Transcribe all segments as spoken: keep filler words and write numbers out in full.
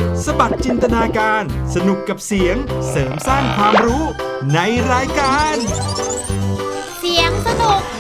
สบัดจินตนาการสนุกกับเสียงเสริมสร้างความรู้ในรายการเสียงสนุก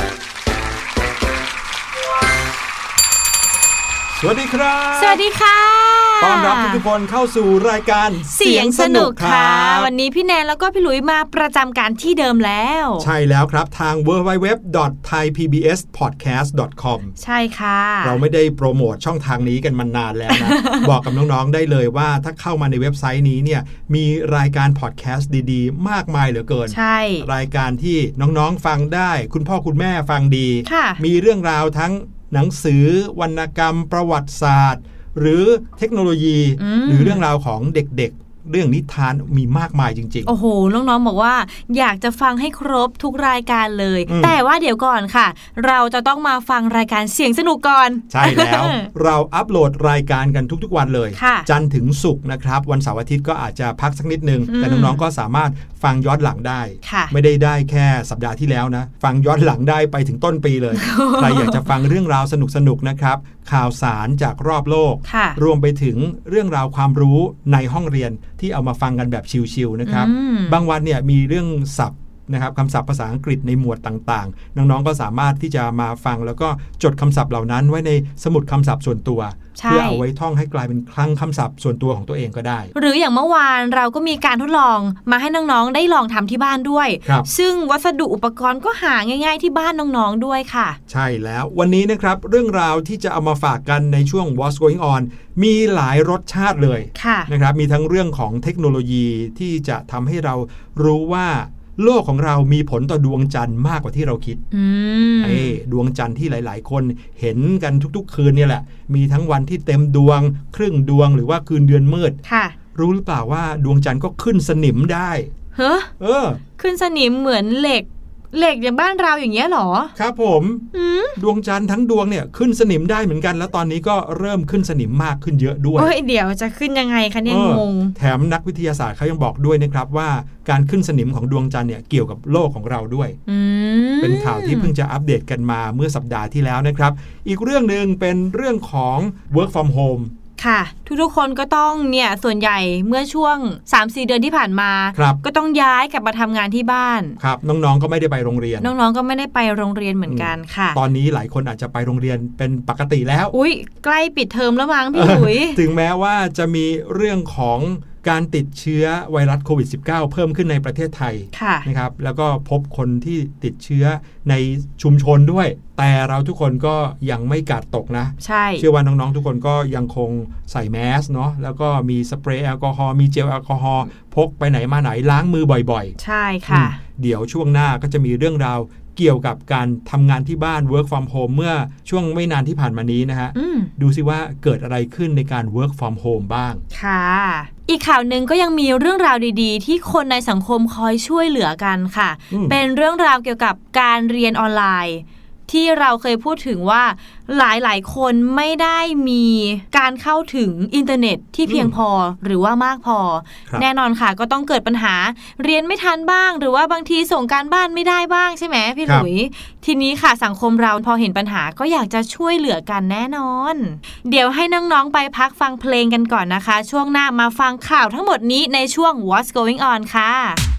สวัสดีครับสวัสดีค่ะต้อนรับทุกคนเข้าสู่รายการเสียงสนุกค่ะวันนี้พี่แนนแล้วก็พี่หลุยมาประจำการที่เดิมแล้วใช่แล้วครับทาง ดับเบิลยู ดับเบิลยู ดับเบิลยู ดอท ไทย พี บี เอส พอดแคสต์ ดอท คอมใช่ค่ะเราไม่ได้โปรโมทช่องทางนี้กันมานานแล้วนะ บอกกับน้องๆได้เลยว่าถ้าเข้ามาในเว็บไซต์นี้เนี่ยมีรายการพอดแคสต์ดีๆมากมายเหลือเกินใช่รายการที่น้องๆฟังได้คุณพ่อคุณแม่ฟังดีมีเรื่องราวทั้งหนังสือวรรณกรรมประวัติศาสตร์หรือเทคโนโลยีหรือเรื่องราวของเด็กๆเรื่องนิทานมีมากมายจริงๆโอ้โหน้องๆบอกว่าอยากจะฟังให้ครบทุกรายการเลยแต่ว่าเดี๋ยวก่อนค่ะเราจะต้องมาฟังรายการเสียงสนุกก่อนใช่แล้ว เราอัปโหลดรายการกันทุกๆวันเลยจันทร์ถึงศุกร์นะครับวันเสาร์อาทิตย์ก็อาจจะพักสักนิดนึงแต่น้องๆก็สามารถฟังย้อนหลังได้ไม่ได้ได้แค่สัปดาห์ที่แล้วนะฟังย้อนหลังได้ไปถึงต้นปีเลย ใครอยากจะฟังเรื่องราวสนุกๆนะครับข่าวสารจากรอบโลกรวมไปถึงเรื่องราวความรู้ในห้องเรียนที่เอามาฟังกันแบบชิลๆนะครับบางวันเนี่ยมีเรื่องศัพท์นะครับคำศัพท์ภาษาอังกฤษในหมวดต่างๆน้องๆก็สามารถที่จะมาฟังแล้วก็จดคำศัพท์เหล่านั้นไว้ในสมุดคำศัพท์ส่วนตัวเพื่อเอาไว้ท่องให้กลายเป็นคลังคำศัพท์ส่วนตัวของตัวเองก็ได้หรืออย่างเมื่อวานเราก็มีการทดลองมาให้น้องๆได้ลองทำที่บ้านด้วยซึ่งวัสดุอุปกรณ์ก็หาง่ายๆที่บ้านน้องๆด้วยค่ะใช่แล้ววันนี้นะครับเรื่องราวที่จะเอามาฝากกันในช่วง What's Going On มีหลายรสชาติเลยนะครับมีทั้งเรื่องของเทคโนโลยีที่จะทำให้เรารู้ว่าโลกของเรามีผลต่อดวงจันทร์มากกว่าที่เราคิดไอ้ดวงจันทร์ที่หลายๆคนเห็นกันทุกๆคืนเนี่ยแหละมีทั้งวันที่เต็มดวงครึ่งดวงหรือว่าคืนเดือนมืดรู้หรือเปล่าว่าดวงจันทร์ก็ขึ้นสนิมได้เฮ้อเออขึ้นสนิมเหมือนเหล็กเหล็กอย่างบ้านเราอย่างเงี้ยหรอครับผมดวงจันทร์ทั้งดวงเนี่ยขึ้นสนิมได้เหมือนกันแล้วตอนนี้ก็เริ่มขึ้นสนิมมากขึ้นเยอะด้วยโอ้ยเดี๋ยวจะขึ้นยังไงคะเนี่ยงงแถมนักวิทยาศาสตร์เขายังบอกด้วยนะครับว่าการขึ้นสนิมของดวงจันทร์เนี่ยเกี่ยวกับโลกของเราด้วยเป็นข่าวที่เพิ่งจะอัปเดตกันมาเมื่อสัปดาห์ที่แล้วนะครับอีกเรื่องนึงเป็นเรื่องของ work from home ค่ะทุกๆคนก็ต้องเนี่ยส่วนใหญ่เมื่อช่วง สามสี่ เดือนที่ผ่านมาก็ต้องย้ายกลับมาทำงานที่บ้านครับน้องๆก็ไม่ได้ไปโรงเรียนน้องๆก็ไม่ได้ไปโรงเรียนเหมือนกันค่ะตอนนี้หลายคนอาจจะไปโรงเรียนเป็นปกติแล้วอุ๊ยใกล้ปิดเทอมแล้วมั้งพี่หลุยถึงแม้ว่าจะมีเรื่องของการติดเชื้อไวรัสโควิด สิบเก้า เพิ่มขึ้นในประเทศไทยนะครับแล้วก็พบคนที่ติดเชื้อในชุมชนด้วยแต่เราทุกคนก็ยังไม่กาดตกนะใช่เชื่อว่าน้องๆทุกคนก็ยังคงใส่แมสเนาะแล้วก็มีสเปรย์แอลกอฮอล์มีเจลแอลกอฮอล์พกไปไหนมาไหนล้างมือบ่อยๆใช่ค่ะเดี๋ยวช่วงหน้าก็จะมีเรื่องราวเกี่ยวกับการทำงานที่บ้าน work from home เมื่อช่วงไม่นานที่ผ่านมานี้นะฮะดูสิว่าเกิดอะไรขึ้นในการ work from home บ้างค่ะอีกข่าวหนึ่งก็ยังมีเรื่องราวดีๆที่คนในสังคมคอยช่วยเหลือกันค่ะเป็นเรื่องราวเกี่ยวกับการเรียนออนไลน์ที่เราเคยพูดถึงว่าหลายๆคนไม่ได้มีการเข้าถึงอินเทอร์เน็ตที่เพียงพอหรือว่ามากพอแน่นอนค่ะก็ต้องเกิดปัญหาเรียนไม่ทันบ้างหรือว่าบางทีส่งการบ้านไม่ได้บ้างใช่ไหมพี่หลุยทีนี้ค่ะสังคมเราพอเห็นปัญหาก็อยากจะช่วยเหลือกันแน่นอนเดี๋ยวให้น้องๆไปพักฟังเพลงกันก่อนนะคะช่วงหน้ามาฟังข่าวทั้งหมดนี้ในช่วง What's Going On ค่ะ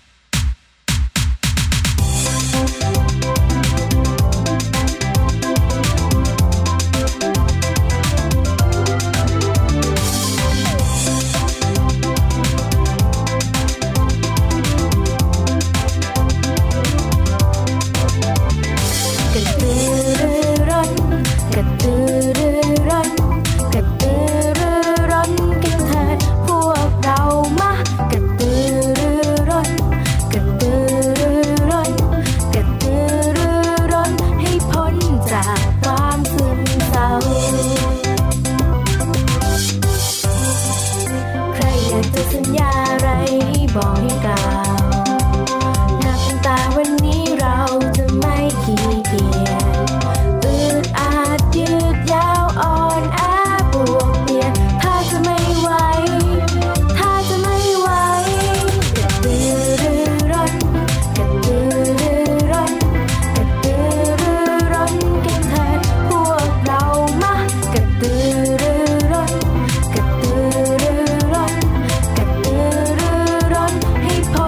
บอกให้กล่าวนับตั้งแต่วันนี้เราจะไม่ขี้เกียจอืดอาดยืดยาวอ่อนแอปวดเปียกถ้าจะไม่ไหวถ้าจะไม่ไหวกระตือรือร้นกระตือรือร้นกระตือรือร้นกันเถิดพวกเรามากระตือรือร้นกระตือรือร้นกระตือรือร้นให้พอ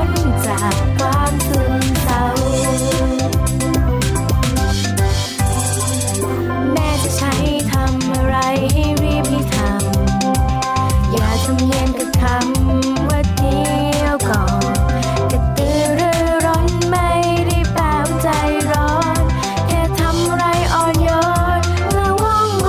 ำว่าเที่ยวก่อนกระตือรือร้นไม่ได้แปลว่าใจร้อนแค่ทำอะไรอ่อนโยนและว่องไว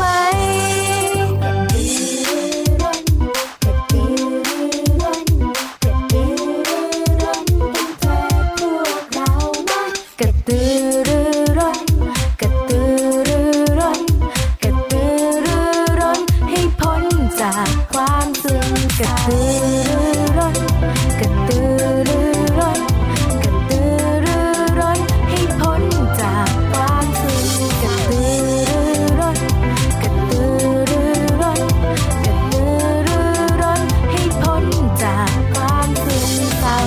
กระตือรือร้นกระตือรือร้นกระตือรือร้นกันเถิดพวกเรามากระตือรือร้นกระตือรือร้นกระตือรือร้นให้พ้นจากความซึ้งกระตือรือร้นกระตือรือร้นกระตือรือร้นให้พ้นจากความซึ้งกระตือรือร้นกระตือรือร้นกระตือรือร้นให้พ้นจากความซึ้งเศร้า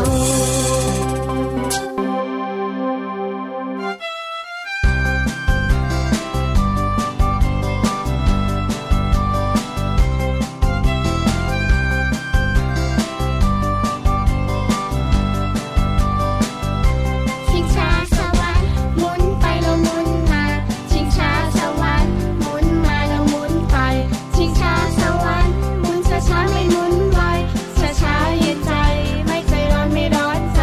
ชิงช้าสวรรค์หมุนไปแล้วหมุนมาชิงช้าสวรรค์หมุนมาแล้วหมุนไปชิงช้าสวรรค์หมุนช้าๆไม่หมุนไวช้าๆเย็นใจไม่ใจร้อนไม่ร้อนใจ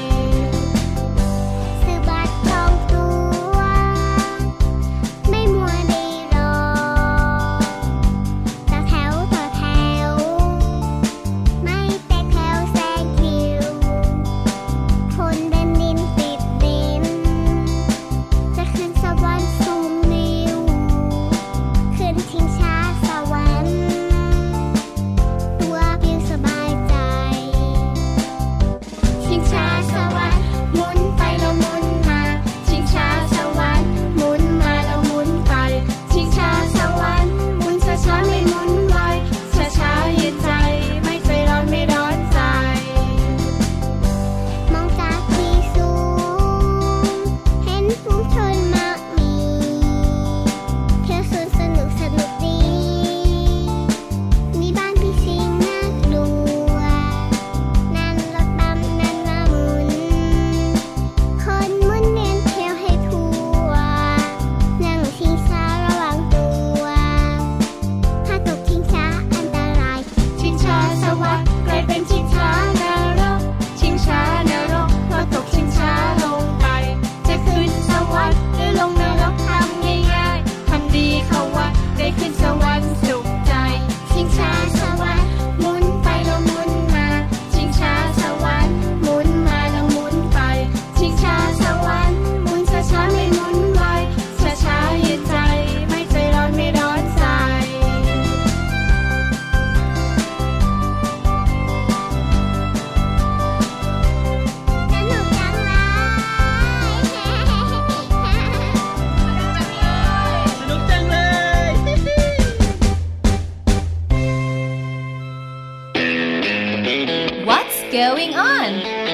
ซื้อบัตรจองตั๋วไม่มัวดีรอต่อแถวต่อแถวไม่แตกแถวแซงคิวคนเดินดินติดดินจะขึ้นสวรรค์สูงนิ้วขึ้นชิงช้าสวรรค์ตัววิวสบายใจชิงช้าสวรรค์หมุนไปแล้วหมุนมาชิงช้าสวรรค์หมุนมาแล้วหมุนไปชิงช้าสวรรค์หมุนช้าๆไม่หมุนไวช้าๆเย็นใจไม่ใจร้อนไม่ร้อนใจมองจากที่สูงเห็นฝูงชนมากมีเที่ยวสวนสนุกสนุกดีมีบ้านพี่สิงน่ากลัวนั่นรถบัมนั่นมาหมุนคนหมุนเวียนเที่ยวให้ทั่วนั่งชิงช้าระวังตัวถ้าตกชิงช้าอันตรายชิงช้าสวัสดิ์กลายเป็นชิงช้านรกชิงช้านรกพอตกชิงช้าลงไปจะขึ้นสวรรค์หรือลงนรกทำง่ายๆทำดีเข้าวัดได้ขึ้นสวรรค์สุขใจชิงช้าสวรรค์หมุนไปแล้วหมุนมาชิงช้าสวรรค์หมุนมาแล้วหมุนไปชิงช้าสวรรค์หมุนช้าๆไม่หมุนไวช้าๆเย็นใจไม่ใจร้อนไม่ร้อนใจสนุกจังเลยสนุกจังเลย What's going on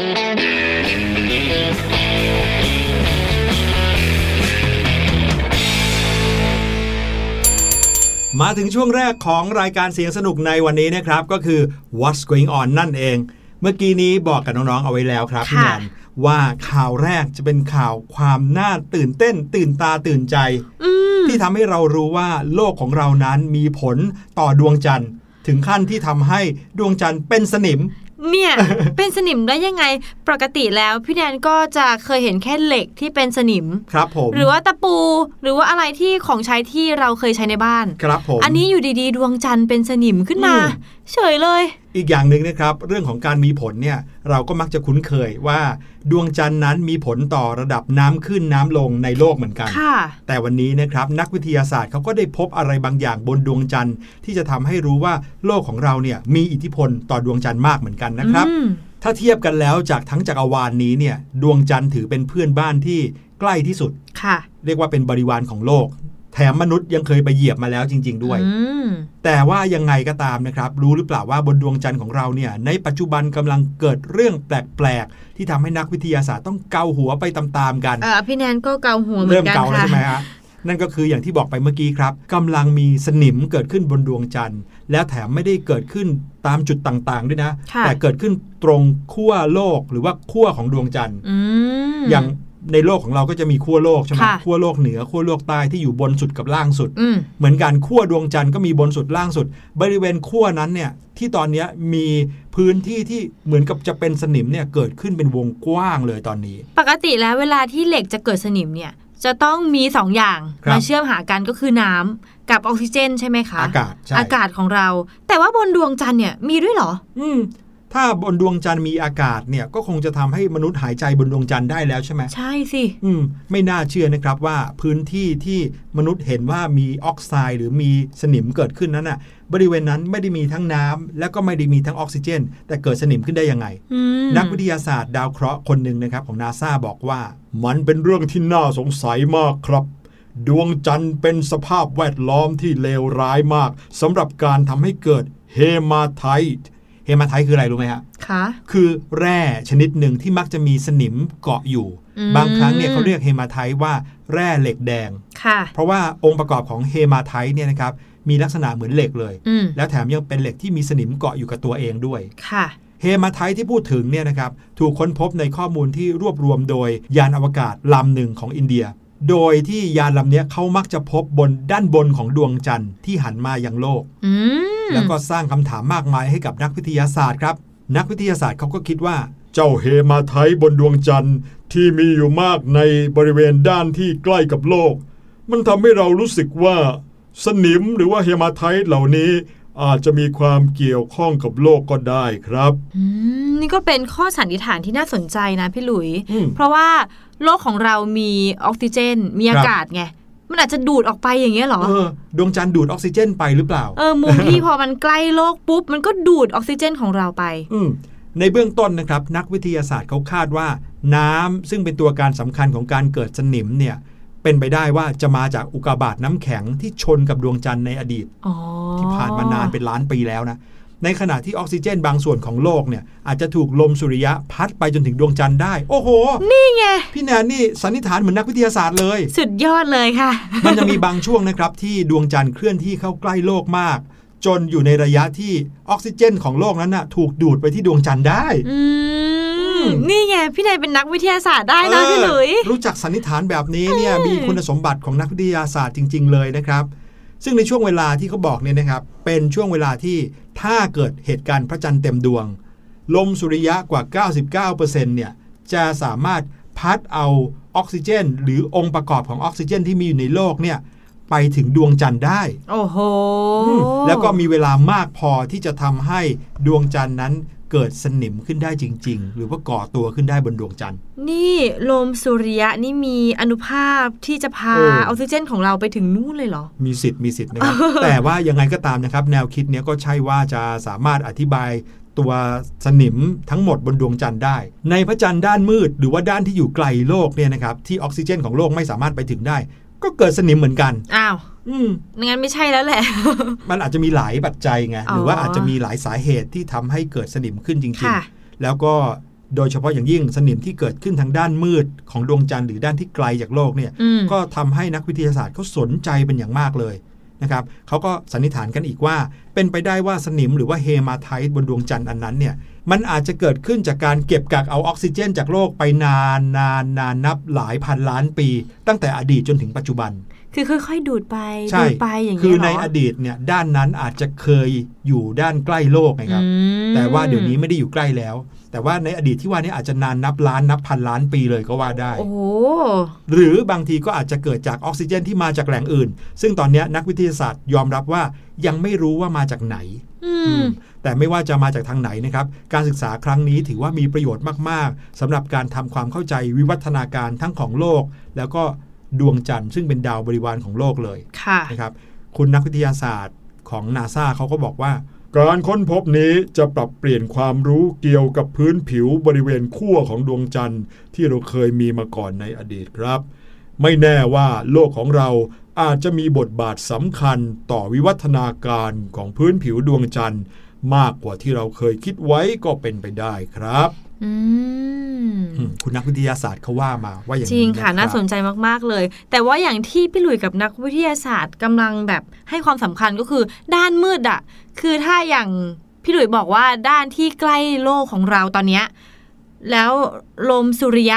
มาถึงช่วงแรกของรายการเสียงสนุกในวันนี้นะครับก็คือ What's Going On นั่นเองเมื่อกี้นี้บอกกับน้องๆเอาไว้แล้วครับพี่แนนว่าข่าวแรกจะเป็นข่าวความน่าตื่นเต้นตื่นตาตื่นใจที่ทำให้เรารู้ว่าโลกของเรานั้นมีผลต่อดวงจันทร์ถึงขั้นที่ทำให้ดวงจันทร์เป็นสนิมเนี่ย เป็นสนิมได้ยังไงปกติแล้วพี่แนนก็จะเคยเห็นแค่เหล็กที่เป็นสนิมครับผมหรือว่าตะปูหรือว่าอะไรที่ของใช้ที่เราเคยใช้ในบ้านครับผมอันนี้อยู่ดีๆดวงจันทร์เป็นสนิมขึ้นมาเฉยเลยอีกอย่างหนึ่งนะครับเรื่องของการมีผลเนี่ยเราก็มักจะคุ้นเคยว่าดวงจันทร์นั้นมีผลต่อระดับน้ำขึ้นน้ำลงในโลกเหมือนกันแต่วันนี้นะครับนักวิทยาศาสตร์เขาก็ได้พบอะไรบางอย่างบนดวงจันทร์ที่จะทำให้รู้ว่าโลกของเราเนี่ยมีอิทธิพลต่อดวงจันทร์มากเหมือนกันนะครับถ้าเทียบกันแล้วจากทั้งจักรวาล นี้เนี่ยดวงจันทร์ถือเป็นเพื่อนบ้านที่ใกล้ที่สุดเรียกว่าเป็นบริวารของโลกแถมมนุษย์ยังเคยไปเหยียบมาแล้วจริงๆด้วยแต่ว่ายังไงก็ตามนะครับรู้หรือเปล่าว่าบนดวงจันทร์ของเราเนี่ยในปัจจุบันกำลังเกิดเรื่องแปลกๆที่ทำให้นักวิทยาศาสตร์ต้องเกาหัวไปตามๆกันเออพี่แนนก็เกาหัวเหมือนกันค่ะเริ่มเกาแล้วใช่ไหมฮะนั่นก็คืออย่างที่บอกไปเมื่อกี้ครับกำลังมีสนิมเกิดขึ้นบนดวงจันทร์แล้วแถมไม่ได้เกิดขึ้นตามจุดต่างๆด้วยนะแต่เกิดขึ้นตรงขั้วโลกหรือว่าขั้วของดวงจันทร์อย่างในโลกของเราก็จะมีขั้วโลกใช่ไหมขั้วโลกเหนือขั้วโลกใต้ที่อยู่บนสุดกับล่างสุดเหมือนกันขั้วดวงจันทร์ก็มีบนสุดล่างสุดบริเวณขั้วนั้นเนี่ยที่ตอนนี้มีพื้นที่ที่เหมือนกับจะเป็นสนิมเนี่ยเกิดขึ้นเป็นวงกว้างเลยตอนนี้ปกติแล้วเวลาที่เหล็กจะเกิดสนิมเนี่ยจะต้องมีสองอย่างมาเชื่อมหากันก็คือน้ำกับออกซิเจนใช่ไหมคะอากาศใช่อากาศของเราแต่ว่าบนดวงจันทร์เนี่ยมีด้วยเหรออืมถ้าบนดวงจันทร์มีอากาศเนี่ยก็คงจะทำให้มนุษย์หายใจบนดวงจันทร์ได้แล้วใช่ไหมใช่สิอืมไม่น่าเชื่อนะครับว่าพื้นที่ที่มนุษย์เห็นว่ามีออกไซด์หรือมีสนิมเกิดขึ้นนั้นน่ะบริเวณนั้นไม่ได้มีทั้งน้ำและก็ไม่ได้มีทั้งออกซิเจนแต่เกิดสนิมขึ้นได้ยังไงนักวิทยาศาสตร์ดาวเคราะห์คนหนึ่งนะครับของ นาซา บอกว่ามันเป็นเรื่องที่น่าสงสัยมากครับดวงจันทร์เป็นสภาพแวดล้อมที่เลวร้ายมากสำหรับการทำให้เกิดเฮมาไทต์เฮมาไทต์คืออะไรรู้ไหมฮะค่ะคือแร่ชนิดหนึ่งที่มักจะมีสนิมเกาะอยู่บางครั้งเนี่ยเขาเรียกเฮมาไทต์ว่าแร่เหล็กแดงค่ะเพราะว่าองค์ประกอบของเฮมาไทต์เนี่ยนะครับมีลักษณะเหมือนเหล็กเลยแล้วแถมยังเป็นเหล็กที่มีสนิมเกาะอยู่กับตัวเองด้วยค่ะเฮมาไทต์ที่พูดถึงเนี่ยนะครับถูกค้นพบในข้อมูลที่รวบรวมโดยยานอวกาศลำหนึ่งของอินเดียโดยที่ยานลำนี้เขามักจะพบบนด้านบนของดวงจันทร์ที่หันมายังโลกแล้วก็สร้างคำถามมากมายให้กับนักวิทยาศาสตร์ครับนักวิทยาศาสตร์เขาก็คิดว่าเจ้าเฮมาไทต์บนดวงจันทร์ที่มีอยู่มากในบริเวณด้านที่ใกล้กับโลกมันทำให้เรารู้สึกว่าสนิมหรือว่าเฮมาไทต์เหล่านี้อาจจะมีความเกี่ยวข้องกับโลกก็ได้ครับอืมนี่ก็เป็นข้อสันนิษฐานที่น่าสนใจนะพี่หลุยเพราะว่าโลกของเรามีออกซิเจนมีอากาศไงมันอาจจะดูดออกไปอย่างเงี้ยหรอเออดวงจันทร์ดูดออกซิเจนไปหรือเปล่าเออมุมที่พอมันใกล้โลกปุ๊บมันก็ดูดออกซิเจนของเราไปอืมในเบื้องต้นนะครับนักวิทยาศาสตร์เขาคาดว่าน้ำซึ่งเป็นตัวการสำคัญของการเกิดสนิมเนี่ยเป็นไปได้ว่าจะมาจากอุกกาบาตน้ำแข็งที่ชนกับดวงจันทร์ในอดีตที่ผ่านมานานเป็นล้านปีแล้วนะในขณะที่ออกซิเจนบางส่วนของโลกเนี่ยอาจจะถูกลมสุริยะพัดไปจนถึงดวงจันทร์ได้โอ้โหนี่ไงพี่แนนนี่สันนิษฐานเหมือนนักวิทยาศาสตร์เลยสุดยอดเลยค่ะมันจะมีบางช่วงนะครับที่ดวงจันทร์เคลื่อนที่เข้าใกล้โลกมากจนอยู่ในระยะที่ออกซิเจนของโลกนั้นน่ะถูกดูดไปที่ดวงจันทร์ได้นี่ไงพี่นายเป็นนักวิทยาศาสตร์ได้นะพี่หลุยรู้จักสันนิษฐานแบบนี้เนี่ยมีคุณสมบัติของนักวิทยาศาสตร์จริงๆเลยนะครับซึ่งในช่วงเวลาที่เขาบอกเนี่ยนะครับเป็นช่วงเวลาที่ถ้าเกิดเหตุการณ์พระจันทร์เต็มดวงลมสุริยะกว่า เก้าสิบเก้าเปอร์เซ็นต์ เนี่ยจะสามารถพัดเอาออกซิเจนหรือองค์ประกอบของออกซิเจนที่มีอยู่ในโลกเนี่ยไปถึงดวงจันทร์ได้โอ้โหแล้วก็มีเวลามากพอที่จะทำให้ดวงจันทร์นั้นเกิดสนิมขึ้นได้จริงๆหรือว่าก่อตัวขึ้นได้บนดวงจันทร์นี่ลมสุริยะนี่มีอนุภาคที่จะพาออกซิเจนของเราไปถึงนู่นเลยเหรอมีสิทธิ์มีสิทธิ์นะครับ แต่ว่ายังไงก็ตามนะครับแนวคิดนี้ก็ใช่ว่าจะสามารถอธิบายตัวสนิมทั้งหมดบนดวงจันทร์ได้ในพระจันทร์ด้านมืดหรือว่าด้านที่อยู่ไกลโลกเนี่ยนะครับที่ออกซิเจนของโลกไม่สามารถไปถึงได้ก็เกิดสนิมเหมือนกันอ้าวอืมงั้นไม่ใช่แล้วแหละมันอาจจะมีหลายปัจจัยไงหรือว่าอาจจะมีหลายสาเหตุที่ทำให้เกิดสนิมขึ้นจริงๆแล้วก็โดยเฉพาะอย่างยิ่งสนิมที่เกิดขึ้นทางด้านมืดของดวงจันทร์หรือด้านที่ไกลจากโลกเนี่ยก็ทำให้นักวิทยาศาสตร์เขาสนใจเป็นอย่างมากเลยนะครับเขาก็สันนิษฐานกันอีกว่าเป็นไปได้ว่าสนิมหรือว่าเฮมาไทต์บนดวงจันทร์อันนั้นเนี่ยมันอาจจะเกิดขึ้นจากการเก็บกักเอาออกซิเจนจากโลกไปนานนานนานนับหลายพันล้านปีตั้งแต่อดีตจนถึงปัจจุบันคือค่อยๆดูดไปดูดไปอย่างเงี้ยคือในอดีตเนี่ยด้านนั้นอาจจะเคยอยู่ด้านใกล้โลกนะครับแต่ว่าเดี๋ยวนี้ไม่ได้อยู่ใกล้แล้วแต่ว่าในอดีตที่ว่านี้อาจจะนานนับล้านนับพันล้านปีเลยก็ว่าได้โอ้หรือบางทีก็อาจจะเกิดจากออกซิเจนที่มาจากแหล่งอื่นซึ่งตอนนี้นักวิทยาศาสตร์ยอมรับว่ายังไม่รู้ว่ามาจากไหนแต่ไม่ว่าจะมาจากทางไหนนะครับการศึกษาครั้งนี้ถือว่ามีประโยชน์มากๆสำหรับการทำความเข้าใจวิวัฒนาการทั้งของโลกแล้วก็ดวงจันทร์ซึ่งเป็นดาวบริวารของโลกเลยนะครับคุณนักวิทยาศาสตร์ของ นาซา เขาก็บอกว่าการค้นพบนี้จะปรับเปลี่ยนความรู้เกี่ยวกับพื้นผิวบริเวณขั้วของดวงจันทร์ที่เราเคยมีมาก่อนในอดีตครับไม่แน่ว่าโลกของเราอาจจะมีบทบาทสำคัญต่อวิวัฒนาการของพื้นผิวดวงจันทร์มากกว่าที่เราเคยคิดไว้ก็เป็นไปได้ครับอืมคุณนักวิทยาศาสตร์เขาว่ามาว่าอย่างนี้จริงค่ะน่าสนใจมากๆเลยแต่ว่าอย่างที่พี่หลุยกับนักวิทยาศาสตร์กำลังแบบให้ความสำคัญก็คือด้านมืดอ่ะคือถ้าอย่างพี่หลุยบอกว่าด้านที่ใกล้โลกของเราตอนเนี้ยแล้วลมสุริยะ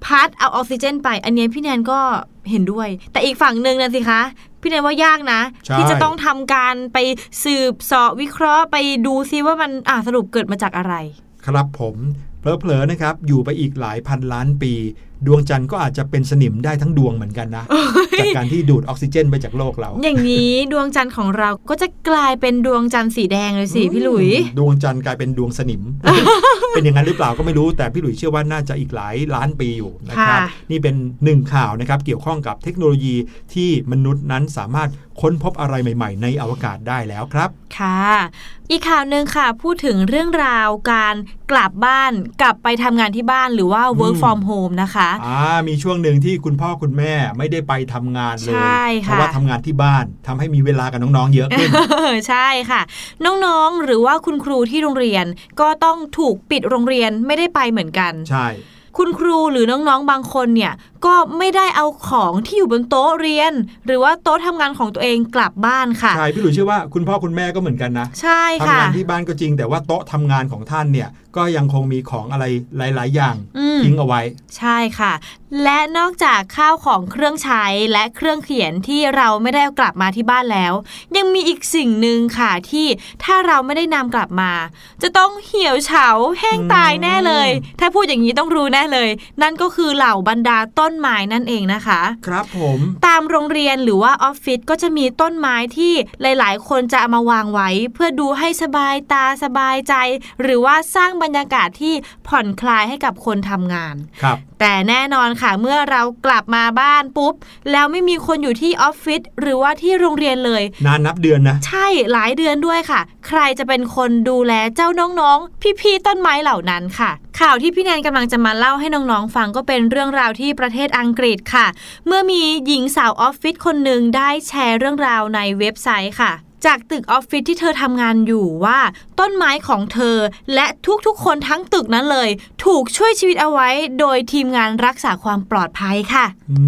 พัดเอาออกซิเจนไปอันนี้พี่แนนก็เห็นด้วยแต่อีกฝั่งนึงนะสิคะพี่แนนว่ายากนะที่จะต้องทำการไปสืบเสาะวิเคราะห์ไปดูซิว่ามันอ่ะสรุปเกิดมาจากอะไรครับผมเผลอๆนะครับอยู่ไปอีกหลายพันล้านปีดวงจันทร์ก็อาจจะเป็นสนิมได้ทั้งดวงเหมือนกันนะ จากการที่ดูดออกซิเจนไปจากโลกเราอย่างนี้ดวงจันทร์ของเราก็จะกลายเป็นดวงจันทร์สีแดงเลยสิพี่หลุยดวงจันทร์กลายเป็นดวงสนิม เป็นอย่างนั้นหรือเปล่าก็ไม่รู้แต่พี่หลุยเชื่อว่าน่าจะอีกหลายล้านปีอยู่นะครับนี่เป็นหนึ่งข่าวนะครับเกี่ยวข้องกับเทคโนโลยีที่มนุษย์นั้นสามารถค้นพบอะไรใหม่ๆในอวกาศได้แล้วครับค่ะอีกข่าวนึงค่ะพูดถึงเรื่องราวการกลับบ้านกลับไปทำงานที่บ้านหรือว่า work from home นะคะอ่ามีช่วงหนึ่งที่คุณพ่อคุณแม่ไม่ได้ไปทำงานเลยเพราะว่าทำงานที่บ้านทำให้มีเวลากับน้องๆเยอะขึ้นใช่ค่ะน้องๆหรือว่าคุณครูที่โรงเรียนก็ต้องถูกปิดโรงเรียนไม่ได้ไปเหมือนกันใช่คุณครูหรือน้องๆบางคนเนี่ยก็ไม่ได้เอาของที่อยู่บนโต๊ะเรียนหรือว่าโต๊ะทำงานของตัวเองกลับบ้านค่ะใช่พี่หลุยเชื่อว่าคุณพ่อคุณแม่ก็เหมือนกันนะใช่ค่ะทำงานที่บ้านก็จริงแต่ว่าโต๊ะทำงานของท่านเนี่ยก็ยังคงมีของอะไรหลายๆอย่างทิ้งเอาไว้ใช่ค่ะและนอกจากข้าวของเครื่องใช้และเครื่องเขียนที่เราไม่ได้เอากลับมาที่บ้านแล้วยังมีอีกสิ่งหนึ่งค่ะที่ถ้าเราไม่ได้นำกลับมาจะต้องเหี่ยวเฉาแห้งตายแน่เลยถ้าพูดอย่างนี้ต้องรู้แน่เลยนั่นก็คือเหล่าบรรดาต้นไม้นั่นเองนะคะครับผมตามโรงเรียนหรือว่าออฟฟิศก็จะมีต้นไม้ที่หลายๆคนจะเอามาวางไว้เพื่อดูให้สบายตาสบายใจหรือว่าสร้างบรรยากาศที่ผ่อนคลายให้กับคนทำงานครับแต่แน่นอนค่ะเมื่อเรากลับมาบ้านปุ๊บแล้วไม่มีคนอยู่ที่ออฟฟิศหรือว่าที่โรงเรียนเลยนานนับเดือนนะใช่หลายเดือนด้วยค่ะใครจะเป็นคนดูแลเจ้าน้องๆพี่ๆต้นไม้เหล่านั้นค่ะข่าวที่พี่แนนกำลังจะมาเล่าให้น้องๆฟังก็เป็นเรื่องราวที่ประเทศอังกฤษค่ะเมื่อมีหญิงสาวออฟฟิศคนหนึ่งได้แชร์เรื่องราวในเว็บไซต์ค่ะจากตึกออฟฟิศที่เธอทำงานอยู่ว่าต้นไม้ของเธอและทุกๆคนทั้งตึกนั้นเลยถูกช่วยชีวิตเอาไว้โดยทีมงานรักษาความปลอดภัยค่ะ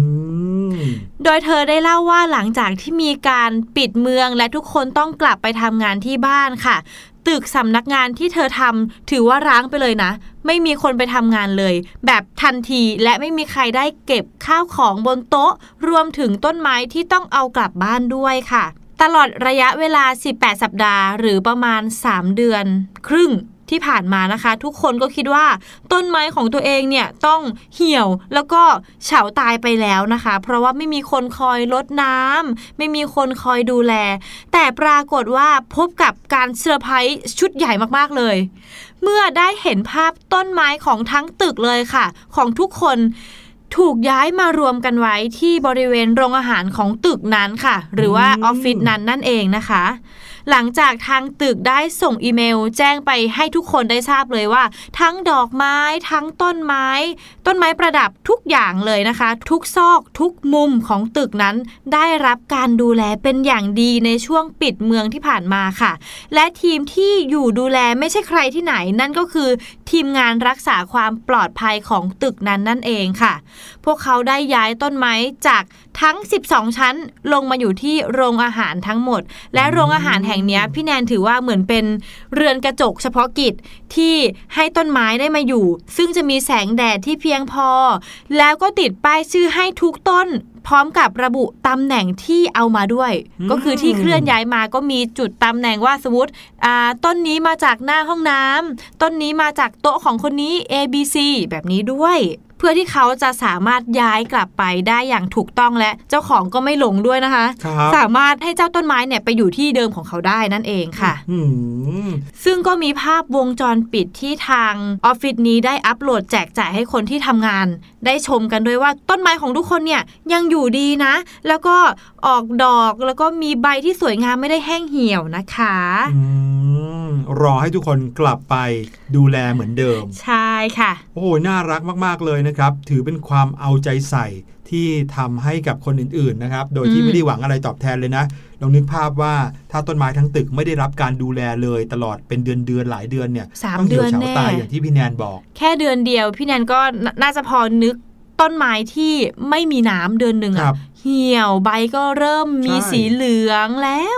mm. โดยเธอได้เล่าว่าหลังจากที่มีการปิดเมืองและทุกคนต้องกลับไปทำงานที่บ้านค่ะตึกสำนักงานที่เธอทำถือว่าร้างไปเลยนะไม่มีคนไปทำงานเลยแบบทันทีและไม่มีใครได้เก็บข้าวของบนโต๊ะรวมถึงต้นไม้ที่ต้องเอากลับบ้านด้วยค่ะตลอดระยะเวลาสิบแปดสัปดาห์หรือประมาณสามเดือนครึ่งที่ผ่านมานะคะทุกคนก็คิดว่าต้นไม้ของตัวเองเนี่ยต้องเหี่ยวแล้วก็เฉาตายไปแล้วนะคะเพราะว่าไม่มีคนคอยรดน้ำไม่มีคนคอยดูแลแต่ปรากฏว่าพบกับการเซอร์ไพรส์ชุดใหญ่มากๆเลยเมื่อได้เห็นภาพต้นไม้ของทั้งตึกเลยค่ะของทุกคนถูกย้ายมารวมกันไว้ที่บริเวณโรงอาหารของตึกนั้นค่ะหรือว่าออฟฟิศนั้นนั่นเองนะคะหลังจากทางตึกได้ส่งอีเมลแจ้งไปให้ทุกคนได้ทราบเลยว่าทั้งดอกไม้ทั้งต้นไม้ต้นไม้ประดับทุกอย่างเลยนะคะทุกซอกทุกมุมของตึกนั้นได้รับการดูแลเป็นอย่างดีในช่วงปิดเมืองที่ผ่านมาค่ะและทีมที่อยู่ดูแลไม่ใช่ใครที่ไหนนั่นก็คือทีมงานรักษาความปลอดภัยของตึกนั้นนั่นเองค่ะพวกเขาได้ย้ายต้นไม้จากทั้งสิบสองชั้นลงมาอยู่ที่โรงอาหารทั้งหมดและโรงอาหารแห่งนี้พี่แนนถือว่าเหมือนเป็นเรือนกระจกเฉพาะกิจที่ให้ต้นไม้ได้มาอยู่ซึ่งจะมีแสงแดดที่เพียงพอแล้วก็ติดป้ายชื่อให้ทุกต้นพร้อมกับระบุตำแหน่งที่เอามาด้วยก็คือที่เคลื่อนย้ายมาก็มีจุดตำแหน่งว่าสมมติต้นนี้มาจากหน้าห้องน้ำต้นนี้มาจากโต๊ะของคนนี้ A B C แบบนี้ด้วยเพื่อที่เขาจะสามารถย้ายกลับไปได้อย่างถูกต้องและเจ้าของก็ไม่หลงด้วยนะคะสามารถให้เจ้าต้นไม้เนี่ยไปอยู่ที่เดิมของเขาได้นั่นเองค่ะซึ่งก็มีภาพวงจรปิดที่ทางออฟฟิศนี้ได้อัปโหลดแจกจ่ายให้คนที่ทำงานได้ชมกันด้วยว่าต้นไม้ของทุกคนเนี่ยยังอยู่ดีนะแล้วก็ออกดอกแล้วก็มีใบที่สวยงามไม่ได้แห้งเหี่ยวนะคะรอให้ทุกคนกลับไปดูแลเหมือนเดิมใช่ค่ะโอ้น่ารักมากๆเลยนะครับถือเป็นความเอาใจใส่ที่ทำให้กับคนอื่นๆนะครับโดยที่ไม่ได้หวังอะไรตอบแทนเลยนะลองนึกภาพว่าถ้าต้นไม้ทั้งตึกไม่ได้รับการดูแลเลยตลอดเป็นเดือนๆหลายเดือนเนี่ยต้องเหี่ยวเฉาตายอย่างที่พี่แนนบอกแค่เดือนเดียวพี่แนนก็น่าจะพอนึกต้นไม้ที่ไม่มีน้ำเดือนหนึ่งอะเหี่ยวใบก็เริ่มมีสีเหลืองแล้ว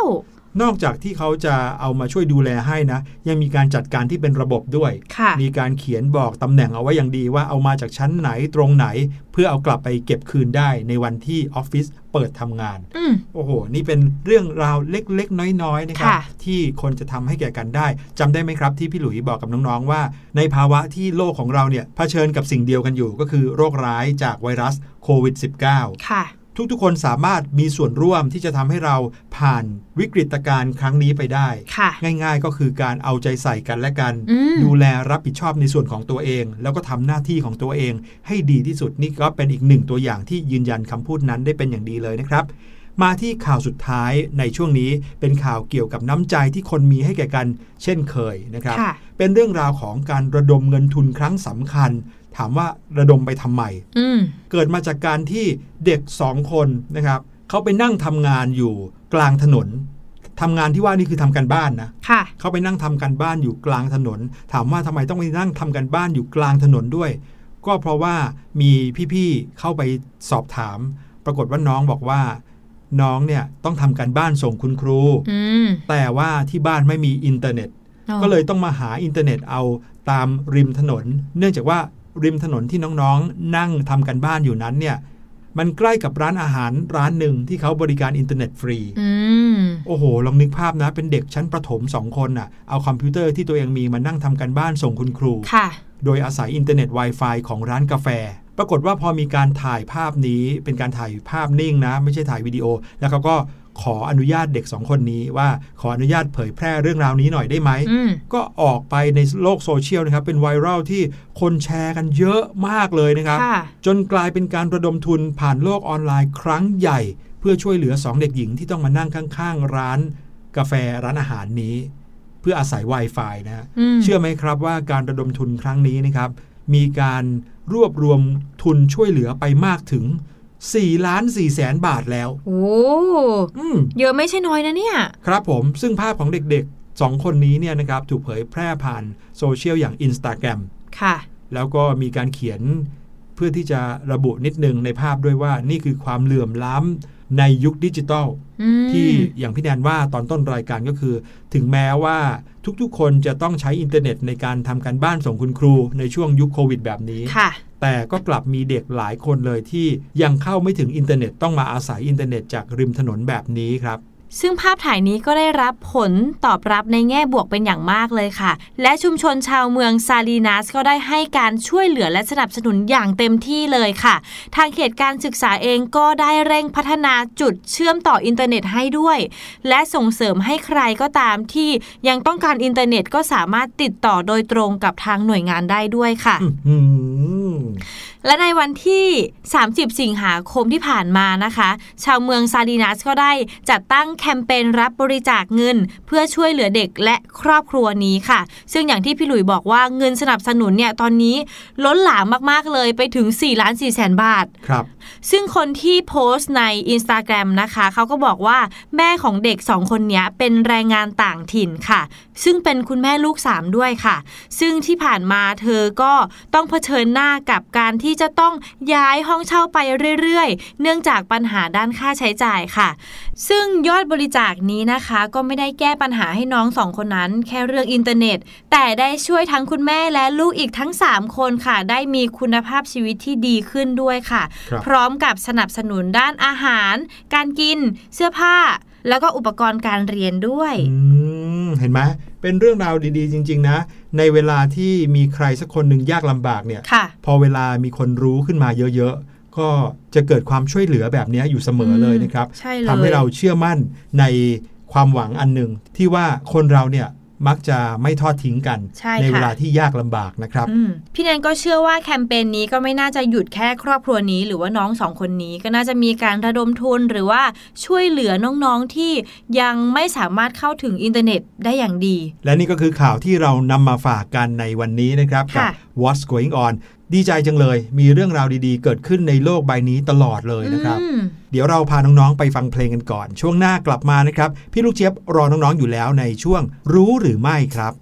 นอกจากที่เขาจะเอามาช่วยดูแลให้นะยังมีการจัดการที่เป็นระบบด้วยมีการเขียนบอกตำแหน่งเอาไว้อย่างดีว่าเอามาจากชั้นไหนตรงไหนเพื่อเอากลับไปเก็บคืนได้ในวันที่ออฟฟิศเปิดทำงานโอ้โหนี่เป็นเรื่องราวเล็กๆน้อยๆนะครับที่คนจะทำให้แก่กันได้จำได้ไหมครับที่พี่หลุยบอกกับน้องๆว่าในภาวะที่โลกของเราเนี่ยเผชิญกับสิ่งเดียวกันอยู่ก็คือโรคร้ายจากไวรัสโควิด สิบเก้า ค่ะทุกๆคนสามารถมีส่วนร่วมที่จะทำให้เราผ่านวิกฤตการณ์ครั้งนี้ไปได้ง่ายๆก็คือการเอาใจใส่กันและกันดูแลรับผิดชอบในส่วนของตัวเองแล้วก็ทำหน้าที่ของตัวเองให้ดีที่สุดนี่ก็เป็นอีกหนึ่งตัวอย่างที่ยืนยันคำพูดนั้นได้เป็นอย่างดีเลยนะครับมาที่ข่าวสุดท้ายในช่วงนี้เป็นข่าวเกี่ยวกับน้ำใจที่คนมีให้แก่กันเช่นเคยนะครับเป็นเรื่องราวของการระดมเงินทุนครั้งสำคัญถามว่าระดมไปทำไมเกิดมาจากการที่เด็กสองคนนะครับเขาไปนั่งทำงานอยู่กลางถนนทำงานที่ว่านี่คือทำการบ้านนะเขาไปนั่งทำการบ้านอยู่กลางถนนถามว่าทำไมต้องไปนั่งทำการบ้านอยู่กลางถนนด้วยก็เพราะว่ามีพี่ๆเข้าไปสอบถามปรากฏว่าน้องบอกว่าน้องเนี่ยต้องทำการบ้านส่งคุณครูแต่ว่าที่บ้านไม่มีอินเทอร์เน็ตก็เลยต้องมาหาอินเทอร์เน็ตเอาตามริมถนนเนื่องจากว่าริมถนนที่น้องๆนั่งทำกันบ้านอยู่นั้นเนี่ยมันใกล้กับร้านอาหารร้านหนึ่งที่เขาบริการอินเทอร์เน็ตฟรีโอ้โหลองนึกภาพนะเป็นเด็กชั้นประถมสองคนน่ะเอาคอมพิวเตอร์ที่ตัวเองมีมานั่งทำกันบ้านส่งคุณครูโดยอาศัยอินเทอร์เน็ต Wi-Fi ของร้านกาแฟปรากฏว่าพอมีการถ่ายภาพนี้เป็นการถ่ายภาพนิ่งนะไม่ใช่ถ่ายวิดีโอแล้วเขาก็ขออนุญาตเด็กสองคนนี้ว่าขออนุญาตเผยแพร่เรื่องราวนี้หน่อยได้ไหมก็ออกไปในโลกโซเชียลนะครับเป็นไวรัลที่คนแชร์กันเยอะมากเลยนะครับจนกลายเป็นการระดมทุนผ่านโลกออนไลน์ครั้งใหญ่เพื่อช่วยเหลือสองเด็กหญิงที่ต้องมานั่งข้างๆร้านกาแฟร้านอาหารนี้เพื่ออาศัย Wi-Fi นะเชื่อไหมครับว่าการระดมทุนครั้งนี้นะครับมีการรวบรวมทุนช่วยเหลือไปมากถึงสี่ล้านสี่แสนบาทแล้วโอ้เยอะไม่ใช่น้อยนะเนี่ยครับผมซึ่งภาพของเด็กๆสองคนนี้เนี่ยนะครับถูกเผยแพร่ผ่านโซเชียลอย่าง Instagram ค่ะแล้วก็มีการเขียนเพื่อที่จะระบุนิดนึงในภาพด้วยว่านี่คือความเหลื่อมล้ำในยุคดิจิทัลที่อย่างพี่แนนว่าตอนต้นรายการก็คือถึงแม้ว่าทุกๆคนจะต้องใช้อินเทอร์เน็ตในการทำการบ้านส่งคุณครูในช่วงยุคโควิดแบบนี้แต่ก็กลับมีเด็กหลายคนเลยที่ยังเข้าไม่ถึงอินเทอร์เน็ตต้องมาอาศัยอินเทอร์เน็ตจากริมถนนแบบนี้ครับซึ่งภาพถ่ายนี้ก็ได้รับผลตอบรับในแง่บวกเป็นอย่างมากเลยค่ะและชุมชนชาวเมืองซาลีนัสก็ได้ให้การช่วยเหลือและสนับสนุนอย่างเต็มที่เลยค่ะทางเขตการศึกษาเองก็ได้เร่งพัฒนาจุดเชื่อมต่ออินเทอร์เน็ตให้ด้วยและส่งเสริมให้ใครก็ตามที่ยังต้องการอินเทอร์เน็ตก็สามารถติดต่อโดยตรงกับทางหน่วยงานได้ด้วยค่ะและในวันที่สามสิบสิงหาคมที่ผ่านมานะคะชาวเมืองซาลีนัสก็ได้จัดตั้งแคมเปญรับบริจาคเงินเพื่อช่วยเหลือเด็กและครอบครัวนี้ค่ะซึ่งอย่างที่พี่หลุยบอกว่าเงินสนับสนุนเนี่ยตอนนี้ล้นหลามมากๆเลยไปถึงสี่ล้านสี่แสนบาทครับซึ่งคนที่โพสต์ใน Instagram นะคะเขาก็บอกว่าแม่ของเด็กสองคนนี้เป็นแรงงานต่างถิ่นค่ะซึ่งเป็นคุณแม่ลูกสามด้วยค่ะซึ่งที่ผ่านมาเธอก็ต้องเผชิญหน้ากับการที่จะต้องย้ายห้องเช่าไปเรื่อยๆเนื่องจากปัญหาด้านค่าใช้จ่ายค่ะซึ่งยอดบริจาคนี้นะคะก็ไม่ได้แก้ปัญหาให้น้องสองคนนั้นแค่เรื่องอินเทอร์เน็ตแต่ได้ช่วยทั้งคุณแม่และลูกอีกทั้งสามคนค่ะได้มีคุณภาพชีวิตที่ดีขึ้นด้วยค่ะพร้อมกับสนับสนุนด้านอาหารการกินเสื้อผ้าแล้วก็อุปกรณ์การเรียนด้วยเห็นไหมเป็นเรื่องราวดีๆจริงๆนะในเวลาที่มีใครสักคนหนึ่งยากลำบากเนี่ยพอเวลามีคนรู้ขึ้นมาเยอะๆก็จะเกิดความช่วยเหลือแบบนี้อยู่เสมอเลยนะครับทำให้เราเชื่อมั่นในความหวังอันหนึ่งที่ว่าคนเราเนี่ยมักจะไม่ทอดทิ้งกัน ใ, ในเวลาที่ยากลำบากนะครับพี่แนนก็เชื่อว่าแคมเปญ นี้ก็ไม่น่าจะหยุดแค่ครอบครัวนี้หรือว่าน้องสองคนนี้ก็น่าจะมีการระดมทุนหรือว่าช่วยเหลือน้องๆที่ยังไม่สามารถเข้าถึงอินเทอร์เน็ตได้อย่างดีและนี่ก็คือข่าวที่เรานำมาฝากกันในวันนี้นะครับกับ What's Going On ดีใจจังเลยมีเรื่องราวดีๆเกิดขึ้นในโลกใบนี้ตลอดเลยนะครับเดี๋ยวเราพาน้องๆไปฟังเพลงกันก่อนช่วงหน้ากลับมานะครับพี่ลูกเจี๊ยบรอน้องๆอยู่แล้วในช่วงรู้หรือไม่ครับ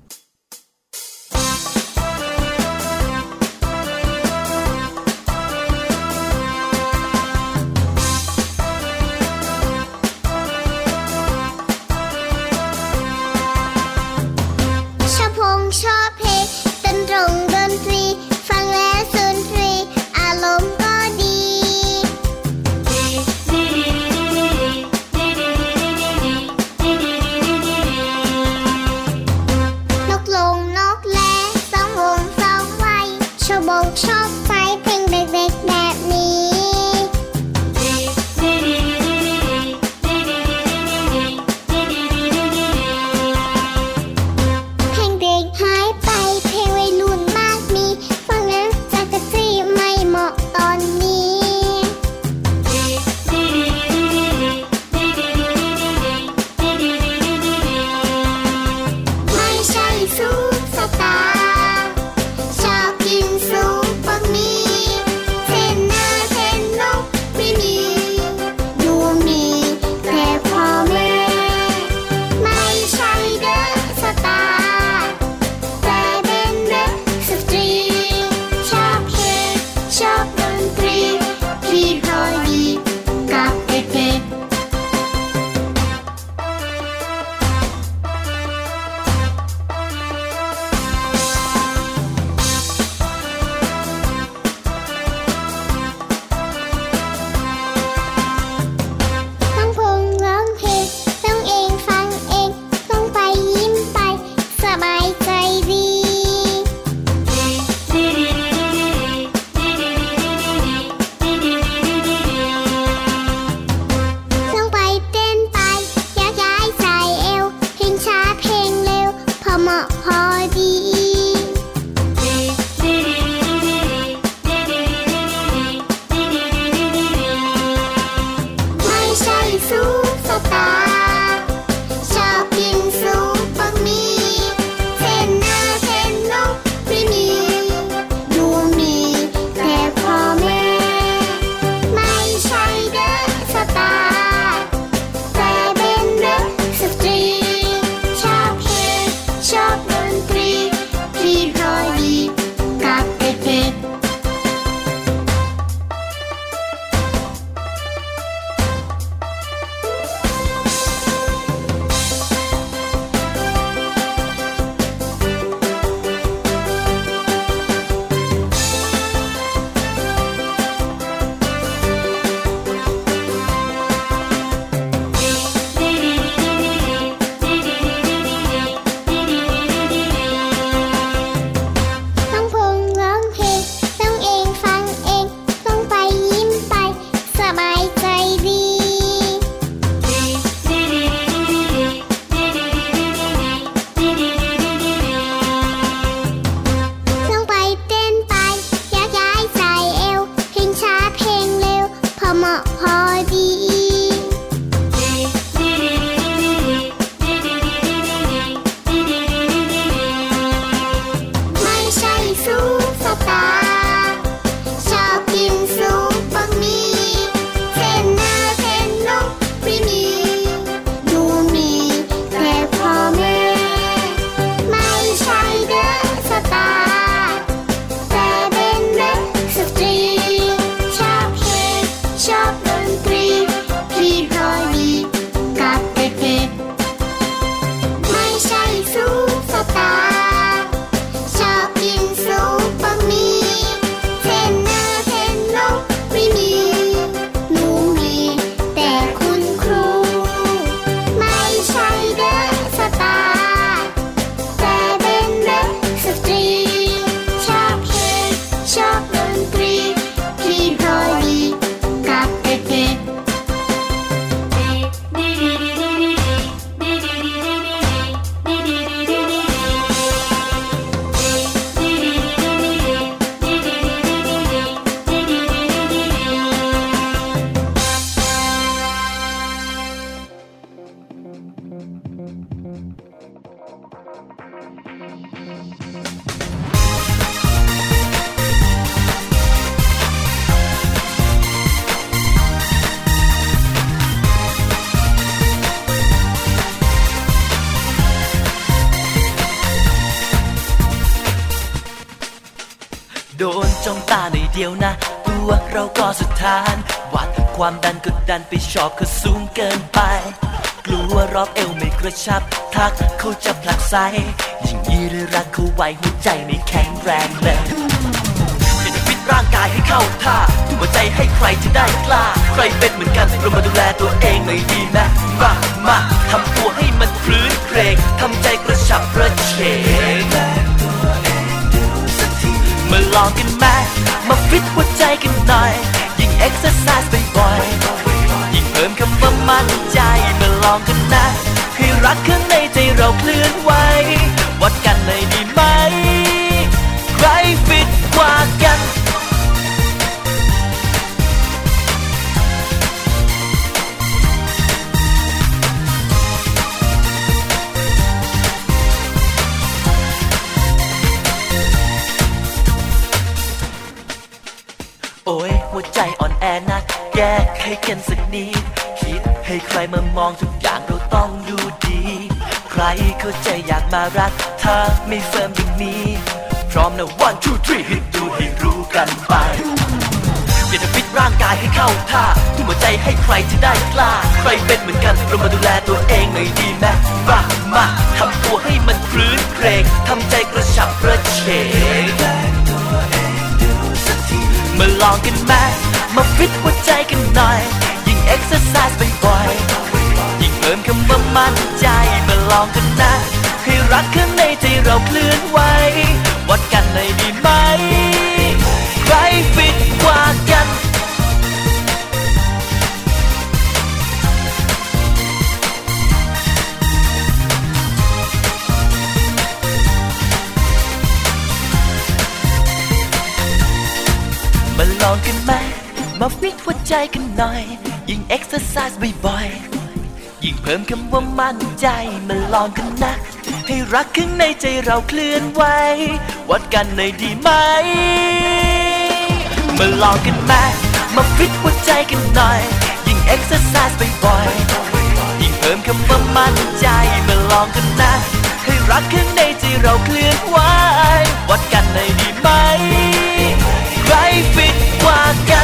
งชอบเพลงเต้นตรงดนตรีฟังแล้วสุนทรีอารมณ์ก็ดีนกลงนกแลสองวงสองไว้ชอบบงชอบไฟเพลงเด็กๆแบบนี้โดนจ้องตาในเดียวนะตัวเราก็สถานวัดความดันกดดันไปชอบเขาสูงเกินไปกลัวรอบเอวไม่กระชับทักเขาจะผลักไสยิ่งยีเรือรักเขาไว้หัวใจไม่แข็งแรงเลยอยากจะฟิตร่างกายให้เข้าท่าทุ่มหัวใจให้ใครจะได้กล้าใครเป็นเหมือนกันเรามาดูแลตัวเองหน่อยดีนะมามาทำตัวให้มันคลื้นเครงทำใจกระฉับกระเฉงมาลองกันไหมมาฟิตหัวใจกันหน่อยยิ่งเอ็กซ์ไซส์บ่อยๆยิ่งเพิ่มคำว่ามั่นใจมาลองกันนะให้รักข้างในใจเราเคลื่อนไหววัดกันเลยดีไหมใครฟิตกว่ากันโอ้ยหัวใจอ่อนแอนักแก้ไขกันสักนิดคิดให้ใครมามองทุกอย่างเราต้องดูดีใครเข้าใจอยากมารักเธอไม่เฟิร์มอย่างนี้พร้อมนะ one two three ให้ดูให้รู้กันไปอยากจะฟิตร่างกายให้เข้าท่าทุ่มหัวใจให้ใครจะได้กล้าใครเป็นเหมือนกันเรามาดูแลตัวเองหน่อยดีไหมมามาทำตัวให้มันคลื้นเครงทำใจกระฉับกระเฉงมาลองกันไหมมาฟิตหัวใจกันหน่อยยิ่งเอ็กซ์ไซส์บ่อยๆยิ่งเพิ่มคำว่ามั่นใจมาลองกันนะให้รักข้างในใจเราเคลื่อนไหววัดกันเลยดีไหมใครฟิตกว่ากันมาลองกันไหมมาฟิตหัวใจกันหน่อยยิ่งเอ็กซ์ไซส์บ่อยๆยิ่งเพิ่มคำว่ามั่นใจมาลองกันนะให้รักข้างในใจเราเคลื่อนไหววัดกันหน่อยดีไหมมาลองกันไหมมาฟิตหัวใจกันหน่อยยิ่งเอ็กซ์ไซส์บ่อยๆยิ่งเพิ่มคำว่ามั่นใจมาลองกันนะให้รักข้างในใจเราเคลื่อนไหววัดกันหน่อยดีไหมใครฟิตกว่ากัน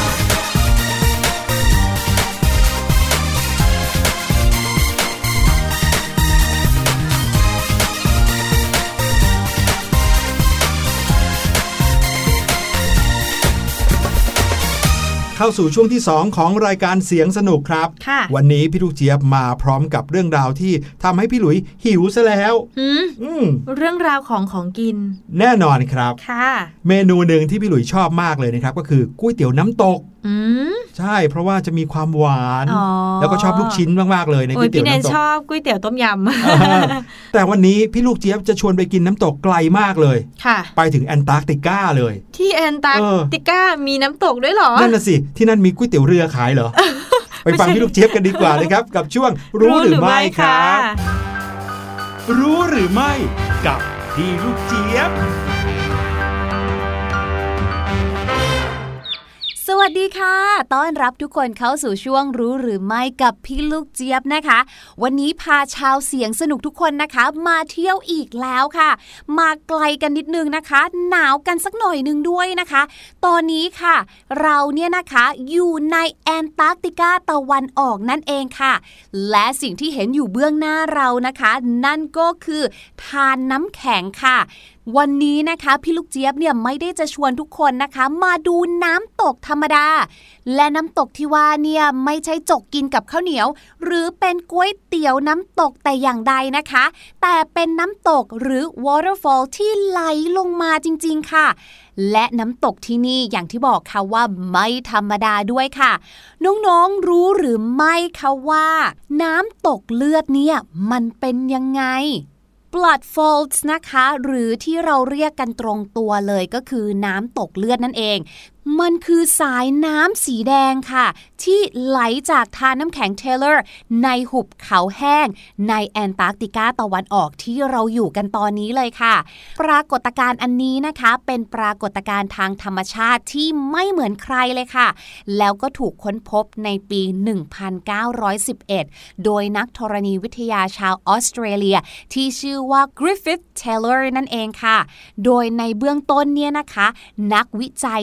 เข้าสู่ช่วงที่สองของรายการเสียงสนุกครับวันนี้พี่ลูกเจี๊ยบมาพร้อมกับเรื่องราวที่ทำให้พี่หลุยหิวซะแล้วอืมเรื่องราวของของกินแน่นอนครับค่ะเมนูหนึ่งที่พี่หลุยชอบมากเลยนะครับก็คือก๋วยเตี๋ยวน้ำตกใช่เพราะว่าจะมีความหวานแล้วก็ชอบลูกชิ้นมากๆเลยในก๋วยเตี๋ยวน้ำตกพี่เนชอบก๋วยเตี๋ยวต้มยำแต่วันนี้พี่ลูกเจี๊ยบจะชวนไปกินน้ำตกไกลมากเลยไปถึงแอนตาร์กติกาเลยที่แอนตาร์กติกามีน้ำตกด้วยเหรอนั่นน่ะสิที่นั่นมีก๋วยเตี๋ยวเรือขายเหรอ ไปฟังพี่ลูกเจี๊ยบกันดีกว่านะครับกับช่วงรู้หรือไม่ครับรู้หรือไม่กับพี่ลูกเจี๊ยบสวัสดีค่ะต้อนรับทุกคนเข้าสู่ช่วงรู้หรือไม่กับพี่ลูกเจี๊ยบนะคะวันนี้พาชาวเสียงสนุกทุกคนนะคะมาเที่ยวอีกแล้วค่ะมาไกลกันนิดนึงนะคะหนาวกันสักหน่อยนึงด้วยนะคะตอนนี้ค่ะเราเนี่ยนะคะอยู่ในแอนตาร์กติกาตะวันออกนั่นเองค่ะและสิ่งที่เห็นอยู่เบื้องหน้าเรานะคะนั่นก็คือทานน้ำแข็งค่ะวันนี้นะคะพี่ลูกเจี๊ยบเนี่ยไม่ได้จะชวนทุกคนนะคะมาดูน้ำตกธรรมดาและน้ำตกที่ว่าเนี่ยไม่ใช่จกกินกับข้าวเหนียวหรือเป็นก๋วยเตี๋ยวน้ำตกแต่อย่างใดนะคะแต่เป็นน้ำตกหรือ waterfall ที่ไหลลงมาจริงๆค่ะและน้ำตกที่นี่อย่างที่บอกค่ะว่าไม่ธรรมดาด้วยค่ะน้องๆรู้หรือไม่คะว่าน้ำตกเลือดเนี่ยมันเป็นยังไงBlood Falls นะคะหรือที่เราเรียกกันตรงตัวเลยก็คือน้ำตกเลือดนั่นเองมันคือสายน้ำสีแดงค่ะที่ไหลจากทานน้ำแข็งเทเลอร์ในหุบเขาแห้งในแอนตาร์กติกาตะวันออกที่เราอยู่กันตอนนี้เลยค่ะปรากฏการณ์อันนี้นะคะเป็นปรากฏการณ์ทางธรรมชาติที่ไม่เหมือนใครเลยค่ะแล้วก็ถูกค้นพบในปีหนึ่งพันเก้าร้อยสิบเอ็ดโดยนักธรณีวิทยาชาวออสเตรเลียที่ชื่อว่า Griffith Taylor นั่นเองค่ะโดยในเบื้องต้นเนี่ยนะคะนักวิจัยเนี่ยเขา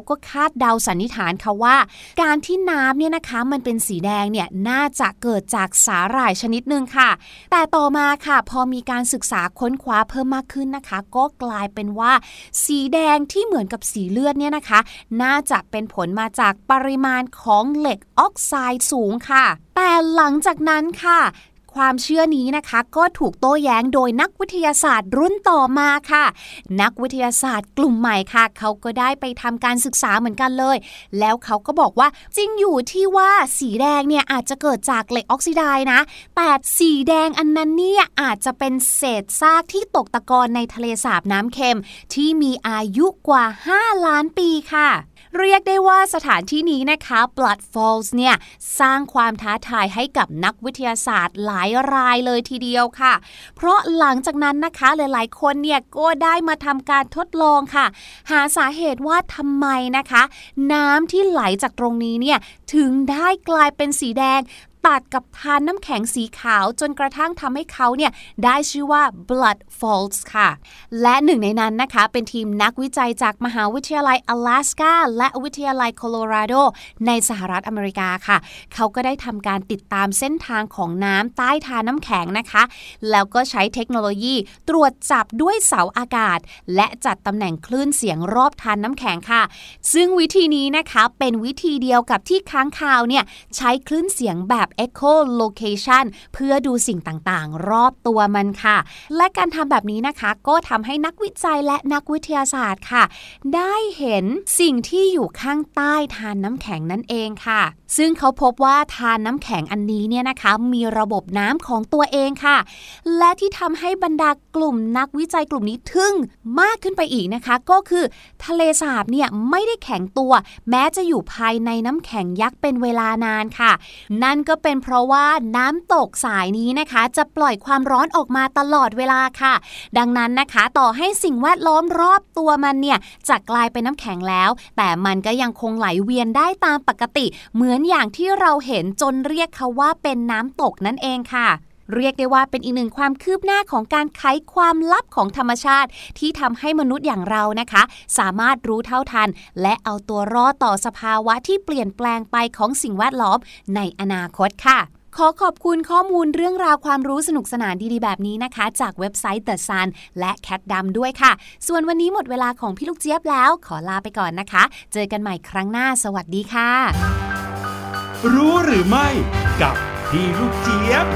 ก็คาดเดาสันนิษฐานค่ะว่าการที่น้ำเนี่ยนะคะมันเป็นสีแดงเนี่ยน่าจะเกิดจากสาหร่ายชนิดนึงค่ะแต่ต่อมาค่ะพอมีการศึกษาค้นคว้าเพิ่มมากขึ้นนะคะก็กลายเป็นว่าสีแดงที่เหมือนกับสีเลือดเนี่ยนะคะน่าจะเป็นผลมาจากปริมาณของเหล็กออกไซด์สูงค่ะแต่หลังจากนั้นค่ะความเชื่อนี้นะคะก็ถูกโต้แย้งโดยนักวิทยาศาสตร์รุ่นต่อมาค่ะนักวิทยาศาสตร์กลุ่มใหม่ค่ะเขาก็ได้ไปทำการศึกษาเหมือนกันเลยแล้วเขาก็บอกว่าจริงอยู่ที่ว่าสีแดงเนี่ยอาจจะเกิดจากเหล็กออกซิไดซ์นะแต่สีแดงอันนั้นเนี่ยอาจจะเป็นเศษซากที่ตกตะกอนในทะเลสาบน้ำเค็มที่มีอายุกว่าห้าล้านปีค่ะเรียกได้ว่าสถานที่นี้นะคะ Blood Falls เนี่ยสร้างความท้าทายให้กับนักวิทยาศาสตร์หลายรายเลยทีเดียวค่ะเพราะหลังจากนั้นนะคะหลายๆคนเนี่ยก็ได้มาทำการทดลองค่ะหาสาเหตุว่าทำไมนะคะน้ำที่ไหลจากตรงนี้เนี่ยถึงได้กลายเป็นสีแดงตัดกับทานน้ำแข็งสีขาวจนกระทั่งทำให้เขาเนี่ยได้ชื่อว่า Blood Falls ค่ะและหนึ่งในนั้นนะคะเป็นทีมนักวิจัยจากมหาวิทยาลัยอลาสกาและวิทยาลัยโคโลราโดในสหรัฐอเมริกาค่ะเขาก็ได้ทำการติดตามเส้นทางของน้ำใต้ทานน้ำแข็งนะคะแล้วก็ใช้เทคโนโลยีตรวจจับด้วยเสาอากาศและจัดตำแหน่งคลื่นเสียงรอบทานน้ำแข็งค่ะซึ่งวิธีนี้นะคะเป็นวิธีเดียวกับที่ค้างคาวเนี่ยใช้คลื่นเสียงแบบ echolocation เพื่อดูสิ่งต่างๆรอบตัวมันค่ะและการทำแบบนี้นะคะก็ทำให้นักวิจัยและนักวิทยาศาสตร์ค่ะได้เห็นสิ่งที่อยู่ข้างใต้ทานน้ำแข็งนั่นเองค่ะซึ่งเขาพบว่าทานน้ำแข็งอันนี้เนี่ยนะคะมีระบบน้ำของตัวเองค่ะและที่ทำให้บรรดากลุ่มนักวิจัยกลุ่มนี้ทึ่งมากขึ้นไปอีกนะคะก็คือทะเลสาบเนี่ยไม่ได้แข็งตัวแม้จะอยู่ภายในน้ำแข็งยักษ์เป็นเวลานานค่ะนั่นก็เป็นเพราะว่าน้ำตกสายนี้นะคะจะปล่อยความร้อนออกมาตลอดเวลาค่ะดังนั้นนะคะต่อให้สิ่งแวดล้อมรอบตัวมันเนี่ยจะกลายเป็นน้ำแข็งแล้วแต่มันก็ยังคงไหลเวียนได้ตามปกติเหมือนอย่างที่เราเห็นจนเรียกเขาว่าเป็นน้ำตกนั่นเองค่ะเรียกได้ว่าเป็นอีกหนึ่งความคืบหน้าของการไขความลับของธรรมชาติที่ทำให้มนุษย์อย่างเรานะคะสามารถรู้เท่าทันและเอาตัวรอดต่อสภาวะที่เปลี่ยนแปลงไปของสิ่งแวดล้อมในอนาคตค่ะขอขอบคุณข้อมูลเรื่องราวความรู้สนุกสนานดีๆแบบนี้นะคะจากเว็บไซต์ The Sun และ Cat Dam ด้วยค่ะส่วนวันนี้หมดเวลาของพี่ลูกเจี๊ยบแล้วขอลาไปก่อนนะคะเจอกันใหม่ครั้งหน้าสวัสดีค่ะรู้หรือไม่กับพี่ลูกเจี๊ยบ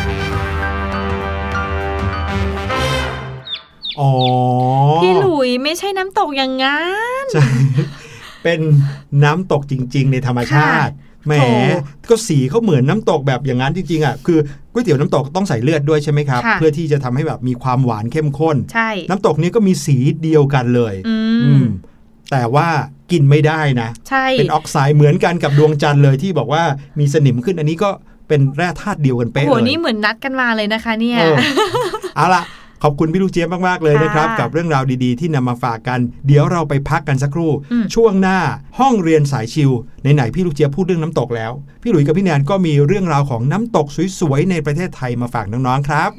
อ๋อพี่หลุยไม่ใช่น้ำตกอย่างงั้นใช่เป็นน้ำตกจริงๆในธรรมชาติแหมก็สีเขาเหมือนน้ำตกแบบอย่างนั้นจริงๆอ่ะคือก๋วยเตี๋ยวน้ำตกต้องใส่เลือดด้วยใช่ไหมครับเพื่อที่จะทำให้แบบมีความหวานเข้มข้นน้ำตกนี้ก็มีสีเดียวกันเลยอืมแต่ว่ากินไม่ได้นะเป็นออกไซด์เหมือนกันกับดวงจันทร์เลยที่บอกว่ามีสนิมขึ้นอันนี้ก็เป็นแร่ธาตุเดียวกันเป๊ะเลยโหนี่เหมือนนัดกันมาเลยนะคะเนี่ยเอาล่ะขอบคุณพี่ลูกเจี๊ยบมากๆเลยนะครับกับเรื่องราวดีๆที่นำมาฝากกันเดี๋ยวเราไปพักกันสักครู่ช่วงหน้าห้องเรียนสายชิลไหนๆพี่ลูกเจี๊ยบพูดเรื่องน้ำตกแล้วพี่หลุยส์กับพี่แนนก็มีเรื่องราวของน้ำตกสวยๆในประเทศไทยมาฝากน้องๆครับ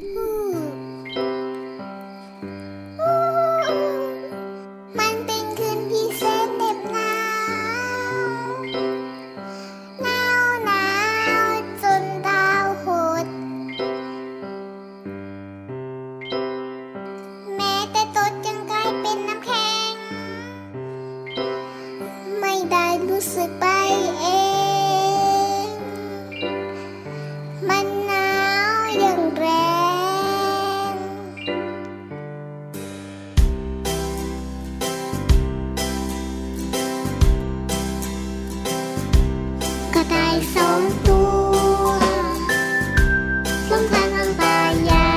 รู้สึกไปเองมันหนาวอย่างแรงกระต่ายสองตัวสงสารทางตาใหญ่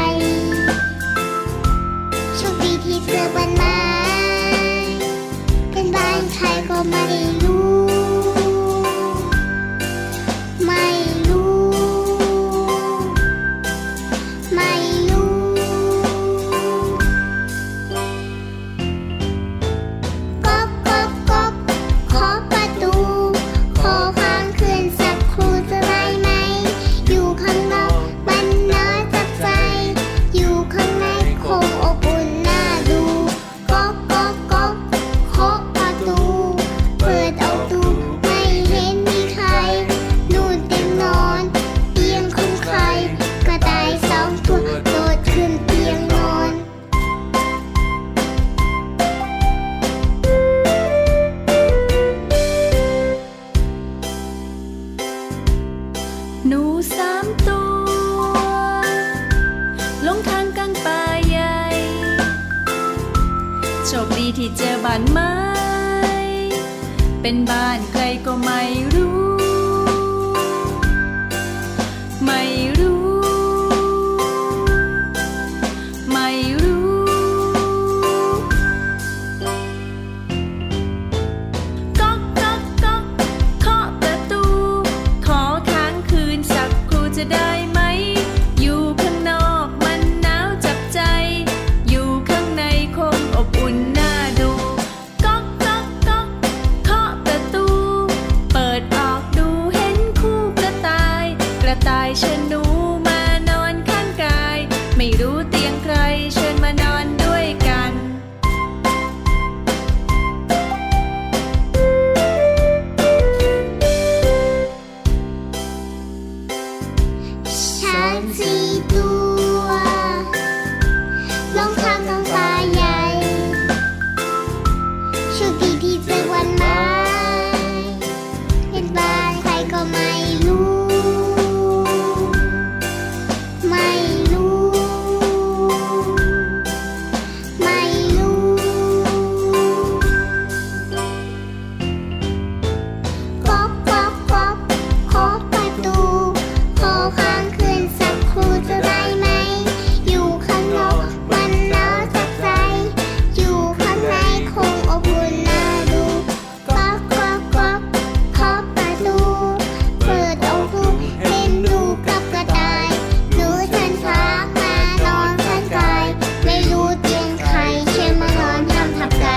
โชคดีที่เจอบ้านไม้เป็นบ้านใครก็ไม่รู้เโชคดีที่เจอบ้านไม้เป็นบ้านใครก็ไม่รู้ไม่รู้ไม่รู้ก๊อกก๊อกก๊อกเคาะประตูขอค้างคืนสักครู่จะได้ไหมอยู่ข้างนอกมันหนาวจับใจอยู่ข้างในคงอบอุ่นน่าดูก๊อกก๊อกก๊อกเคาะประตูเปิดออกดูเห็นคู่กระต่ายกระต่ายเชิญหนูมานอนข้างกายไม่รู้เตียงใครเชิญมานอนด้วยกันช้างสี่ตัวลงทางน้องตาใหญ่โชคดีที่เจอวันไม้เป็นบ้านใครก็ไม่รู้ไม่รู้ไม่รู้ก๊อกก๊อกก๊อกเคาะประตูขอค้างคืนสักครู่จะได้ไหมอยู่ข้างนอกมันหนาวจับใจอยู่ข้างในคงอบอุ่นน่าดูก๊อกก๊อกก๊อกเคาะประตูเปิดออกดูเห็นหนูกับกระต่ายหนูฉันพามานอนข้างกายไม่รู้เตียงใครเชิญมานอนทำทับกัน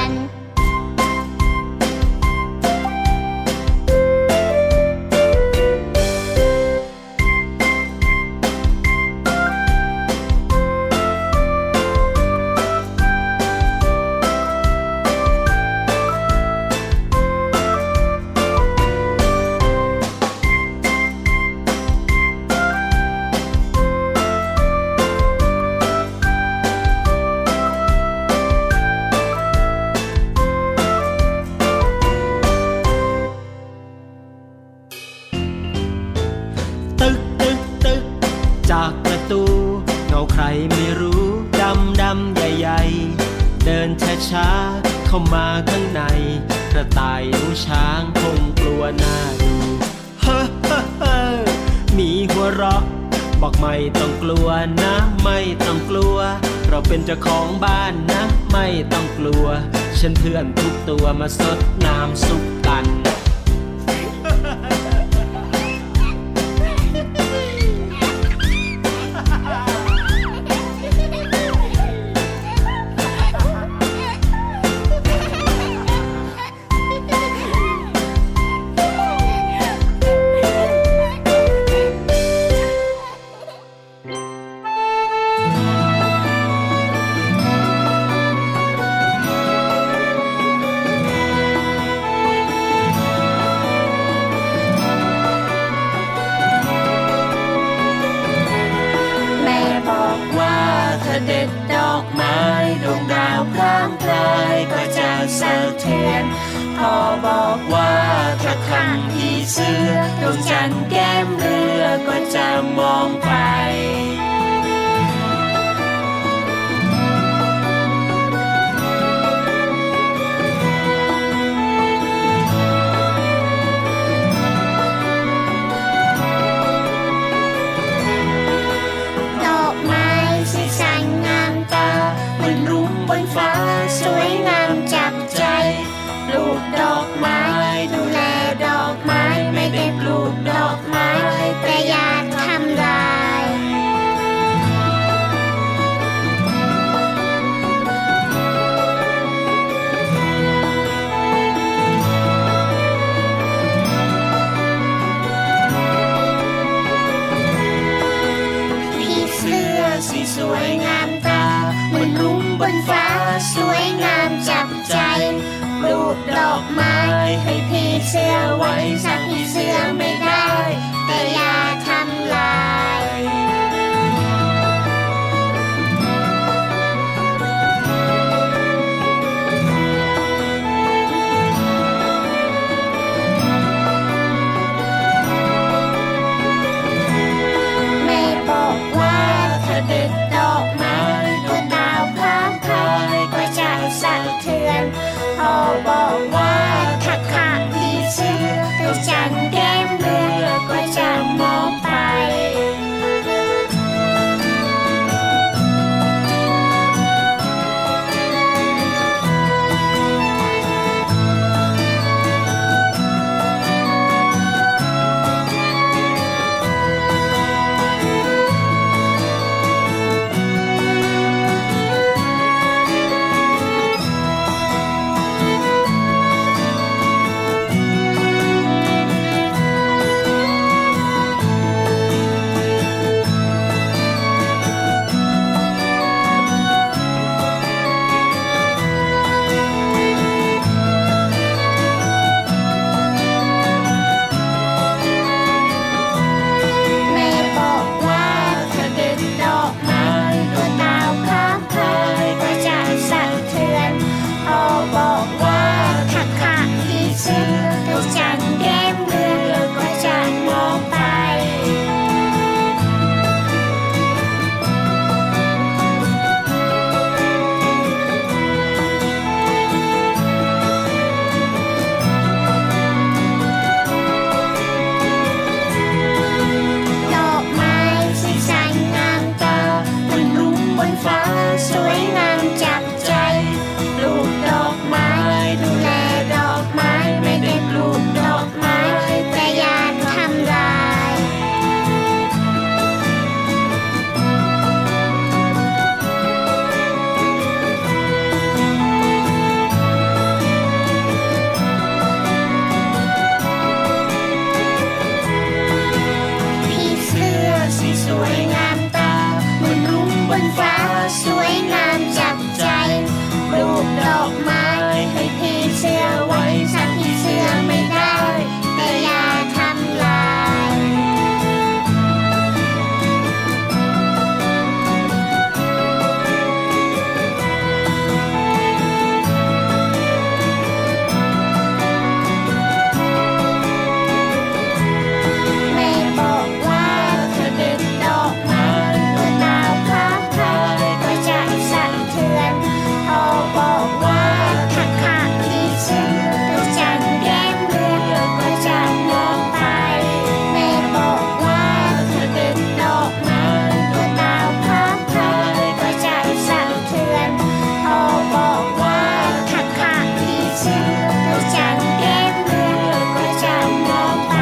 ตึกตึกตึกจากประตูเงาใครไม่รู้ดำดำใหญ่ๆเดินช้าๆเข้ามาข้างในกระต่ายหนูช้างคงกลัวหน้าดูเฮ้อเฮ้อเฮ้อมีหัวเราะบอกไม่ต้องกลัวนะไม่ต้องกลัวเราเป็นเจ้าของบ้านนะไม่ต้องกลัวฉันเพื่อนทุกตัวมาสดน้ำซุปกันเด็ดดอกไม้ดวงดาวพร่างพรายก็จะสะเทือนพ่อบอกว่าถ้าคำพี่เสือดวงจันทร์แก้มเรือก็จะมองไปบนฟ้าสวยงามจับใจปลูกดอกไม้ดูแลดอกไม้ไม่ได้ปลูกดอกไม้แต่อย่าทำลายพี่เสื้อสีสวยงามตาเหมือนรุ้งบนฟ้าสวยงามจับใจปลูกดอกไม้ให้พี่เสื้อไว้สักพี่เสื้อไม่ได้แต่อย่าทำลายแม่บอกว่าถ้าเด็ดดอกไม้ดวงดาวพร่างพรายก็จะสะชิวก็ช่างเก็บเรือก็ช่างมองไป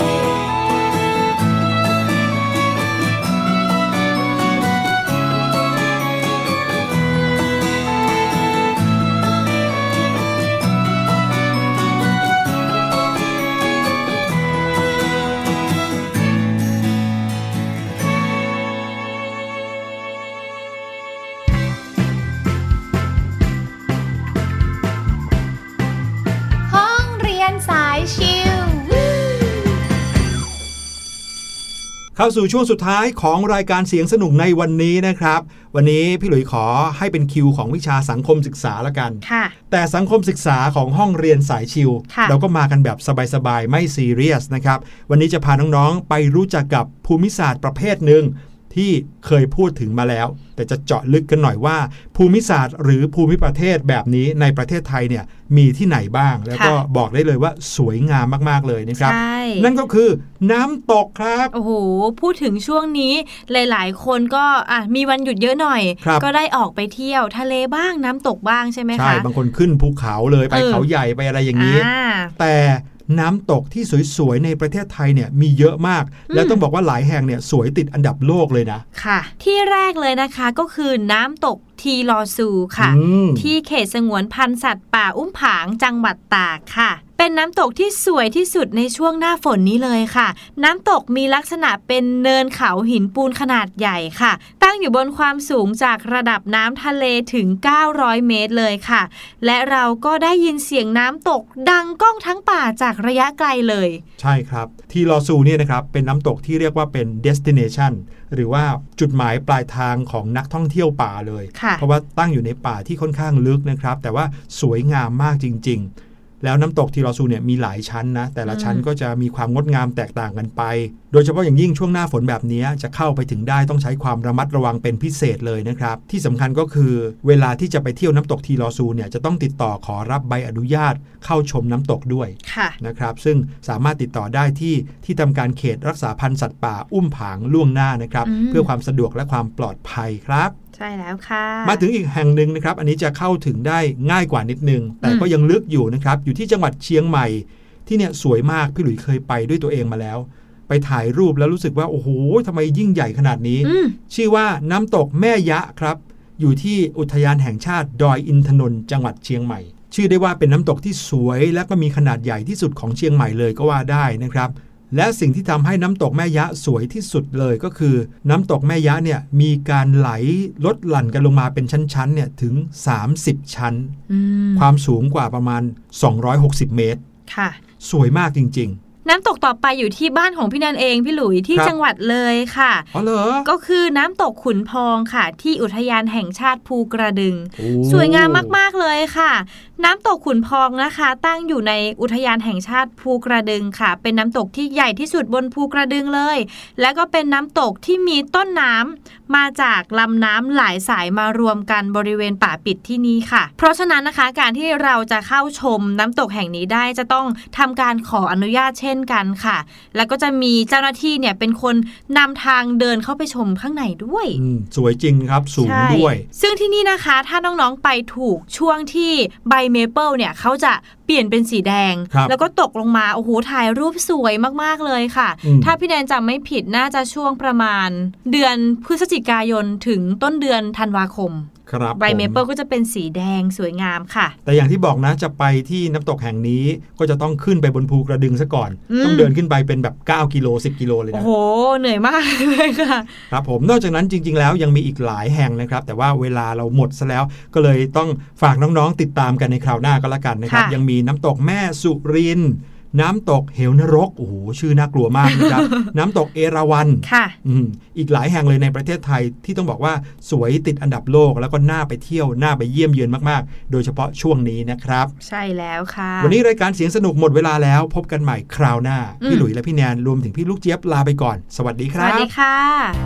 เข้าสู่ช่วงสุดท้ายของรายการเสียงสนุกในวันนี้นะครับวันนี้พี่หลุยขอให้เป็นคิวของวิชาสังคมศึกษาละกันแต่สังคมศึกษาของห้องเรียนสายชิลเราก็มากันแบบสบายๆไม่ซีเรียสนะครับวันนี้จะพาน้องๆไปรู้จักกับภูมิศาสตร์ประเภทหนึ่งที่เคยพูดถึงมาแล้วแต่จะเจาะลึกกันหน่อยว่าภูมิศาสตร์หรือภูมิประเทศแบบนี้ในประเทศไทยเนี่ยมีที่ไหนบ้างแล้วก็บอกได้เลยว่าสวยงามมากๆเลยนะครับนั่นก็คือน้ำตกครับโอ้โหพูดถึงช่วงนี้หลายๆคนก็อ่ะมีวันหยุดเยอะหน่อยก็ได้ออกไปเที่ยวทะเลบ้างน้ำตกบ้างใช่ไหมคะใช่บางคนขึ้นภูเขาเลยไปเขาใหญ่ไปอะไรอย่างนี้แต่น้ำตกที่สวยๆในประเทศไทยเนี่ยมีเยอะมากแล้วต้องบอกว่าหลายแห่งเนี่ยสวยติดอันดับโลกเลยนะค่ะที่แรกเลยนะคะก็คือน้ำตกทีลอซูค่ะที่เขตสงวนพันธุ์สัตว์ป่าอุ้มผางจังหวัดตากค่ะเป็นน้ำตกที่สวยที่สุดในช่วงหน้าฝนนี้เลยค่ะน้ำตกมีลักษณะเป็นเนินเขาหินปูนขนาดใหญ่ค่ะตั้งอยู่บนความสูงจากระดับน้ำทะเลถึงเก้าร้อยเมตรเลยค่ะและเราก็ได้ยินเสียงน้ำตกดังก้องทั้งป่าจากระยะไกลเลยใช่ครับทีลอซูเนี่ยนะครับเป็นน้ำตกที่เรียกว่าเป็น destination หรือว่าจุดหมายปลายทางของนักท่องเที่ยวป่าเลยเพราะว่าตั้งอยู่ในป่าที่ค่อนข้างลึกนะครับแต่ว่าสวยงามมากจริงๆแล้วน้ำตกทีลอซูเนี่ยมีหลายชั้นนะแต่ละชั้นก็จะมีความงดงามแตกต่างกันไปโดยเฉพาะอย่างยิ่งช่วงหน้าฝนแบบนี้จะเข้าไปถึงได้ต้องใช้ความระมัดระวังเป็นพิเศษเลยนะครับที่สำคัญก็คือเวลาที่จะไปเที่ยวน้ำตกทีลอซูเนี่ยจะต้องติดต่อขอรับใบอนุญาตเข้าชมน้ำตกด้วยนะครับซึ่งสามารถติดต่อได้ที่ที่ทำการเขตรักษาพันธุ์สัตว์ป่าอุ้มผางล่วงหน้านะครับเพื่อความสะดวกและความปลอดภัยครับใช่แล้วค่ะมาถึงอีกแห่งหนึ่งนะครับอันนี้จะเข้าถึงได้ง่ายกว่านิดนึงแต่ก็ยังลึกอยู่นะครับอยู่ที่จังหวัดเชียงใหม่ที่เนี่ยสวยมากพี่หลุยเคยไปด้วยตัวเองมาแล้วไปถ่ายรูปแล้วรู้สึกว่าโอ้โหทำไมยิ่งใหญ่ขนาดนี้ชื่อว่าน้ำตกแม่ยะครับอยู่ที่อุทยานแห่งชาติดอยอินทนนท์จังหวัดเชียงใหม่ชื่อได้ว่าเป็นน้ำตกที่สวยและก็มีขนาดใหญ่ที่สุดของเชียงใหม่เลยก็ว่าได้นะครับและสิ่งที่ทำให้น้ำตกแม่ยะสวยที่สุดเลยก็คือน้ำตกแม่ยะเนี่ยมีการไหลลดหลั่นกันลงมาเป็นชั้นๆเนี่ยถึงสามสิบชั้นความสูงกว่าประมาณสองร้อยหกสิบเมตรค่ะสวยมากจริงๆน้ำตกต่อไปอยู่ที่บ้านของพี่นันเองพี่หลุยที่จังหวัดเลยค่ะอ๋อเหรอก็คือน้ำตกขุนพองค่ะที่อุทยานแห่งชาติภูกระดึงสวยงามมากๆเลยค่ะน้ำตกขุนพองนะคะตั้งอยู่ในอุทยานแห่งชาติภูกระดึงค่ะเป็นน้ำตกที่ใหญ่ที่สุดบนภูกระดึงเลยและก็เป็นน้ำตกที่มีต้นน้ำมาจากลำน้ำหลายสายมารวมกันบริเวณป่าปิดที่นี้ค่ะเพราะฉะนั้นนะคะการที่เราจะเข้าชมน้ำตกแห่งนี้ได้จะต้องทำการขออนุญาตเช่นกันค่ะแล้วก็จะมีเจ้าหน้าที่เนี่ยเป็นคนนำทางเดินเข้าไปชมข้างในด้วยสวยจริงครับสูงด้วยซึ่งที่นี่นะคะถ้าน้องๆไปถูกช่วงที่ใบเมเปิลเนี่ยเขาจะเปลี่ยนเป็นสีแดงแล้วก็ตกลงมาโอ้โหถ่ายรูปสวยมากๆเลยค่ะถ้าพี่แนนจำไม่ผิดน่าจะช่วงประมาณเดือนพฤศจิกายนถึงต้นเดือนธันวาคมใบเมเปิลก็จะเป็นสีแดงสวยงามค่ะแต่อย่างที่บอกนะจะไปที่น้ำตกแห่งนี้ก็จะต้องขึ้นไปบนภูกระดึงซะก่อนต้องเดินขึ้นไปเป็นแบบเก้ากิโลสิบกิโลเลยนะโอ้โหเหนื่อยมากเลยค่ะครับผมนอกจากนั้นจริงๆแล้วยังมีอีกหลายแห่งนะครับแต่ว่าเวลาเราหมดซะแล้วก็เลยต้องฝากน้องๆติดตามกันในคราวหน้าก็แล้วกันนะครับยังมีน้ำตกแม่สุรินทร์น้ำตกเหวนรกโอ้โหชื่อน่ากลัวมากนะครับ น้ำตกเอราวัณค่ะอืมอีกหลายแห่งเลยในประเทศไทยที่ต้องบอกว่าสวยติดอันดับโลกแล้วก็น่าไปเที่ยวน่าไปเยี่ยมเยือนมากๆโดยเฉพาะช่วงนี้นะครับใช่แล้วค่ะวันนี้รายการเสียงสนุกหมดเวลาแล้วพบกันใหม่คราวหน้าพี่หลุยและพี่แนนรวมถึงพี่ลูกเจี๊ยบลาไปก่อนสวัสดีครับสวัสดีค่ะ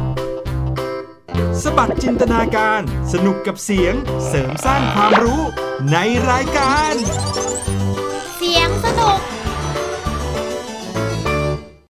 สบัดจินตนาการสนุกกับเสียงเสริมสร้างความรู้ในรายการเสียงสนุก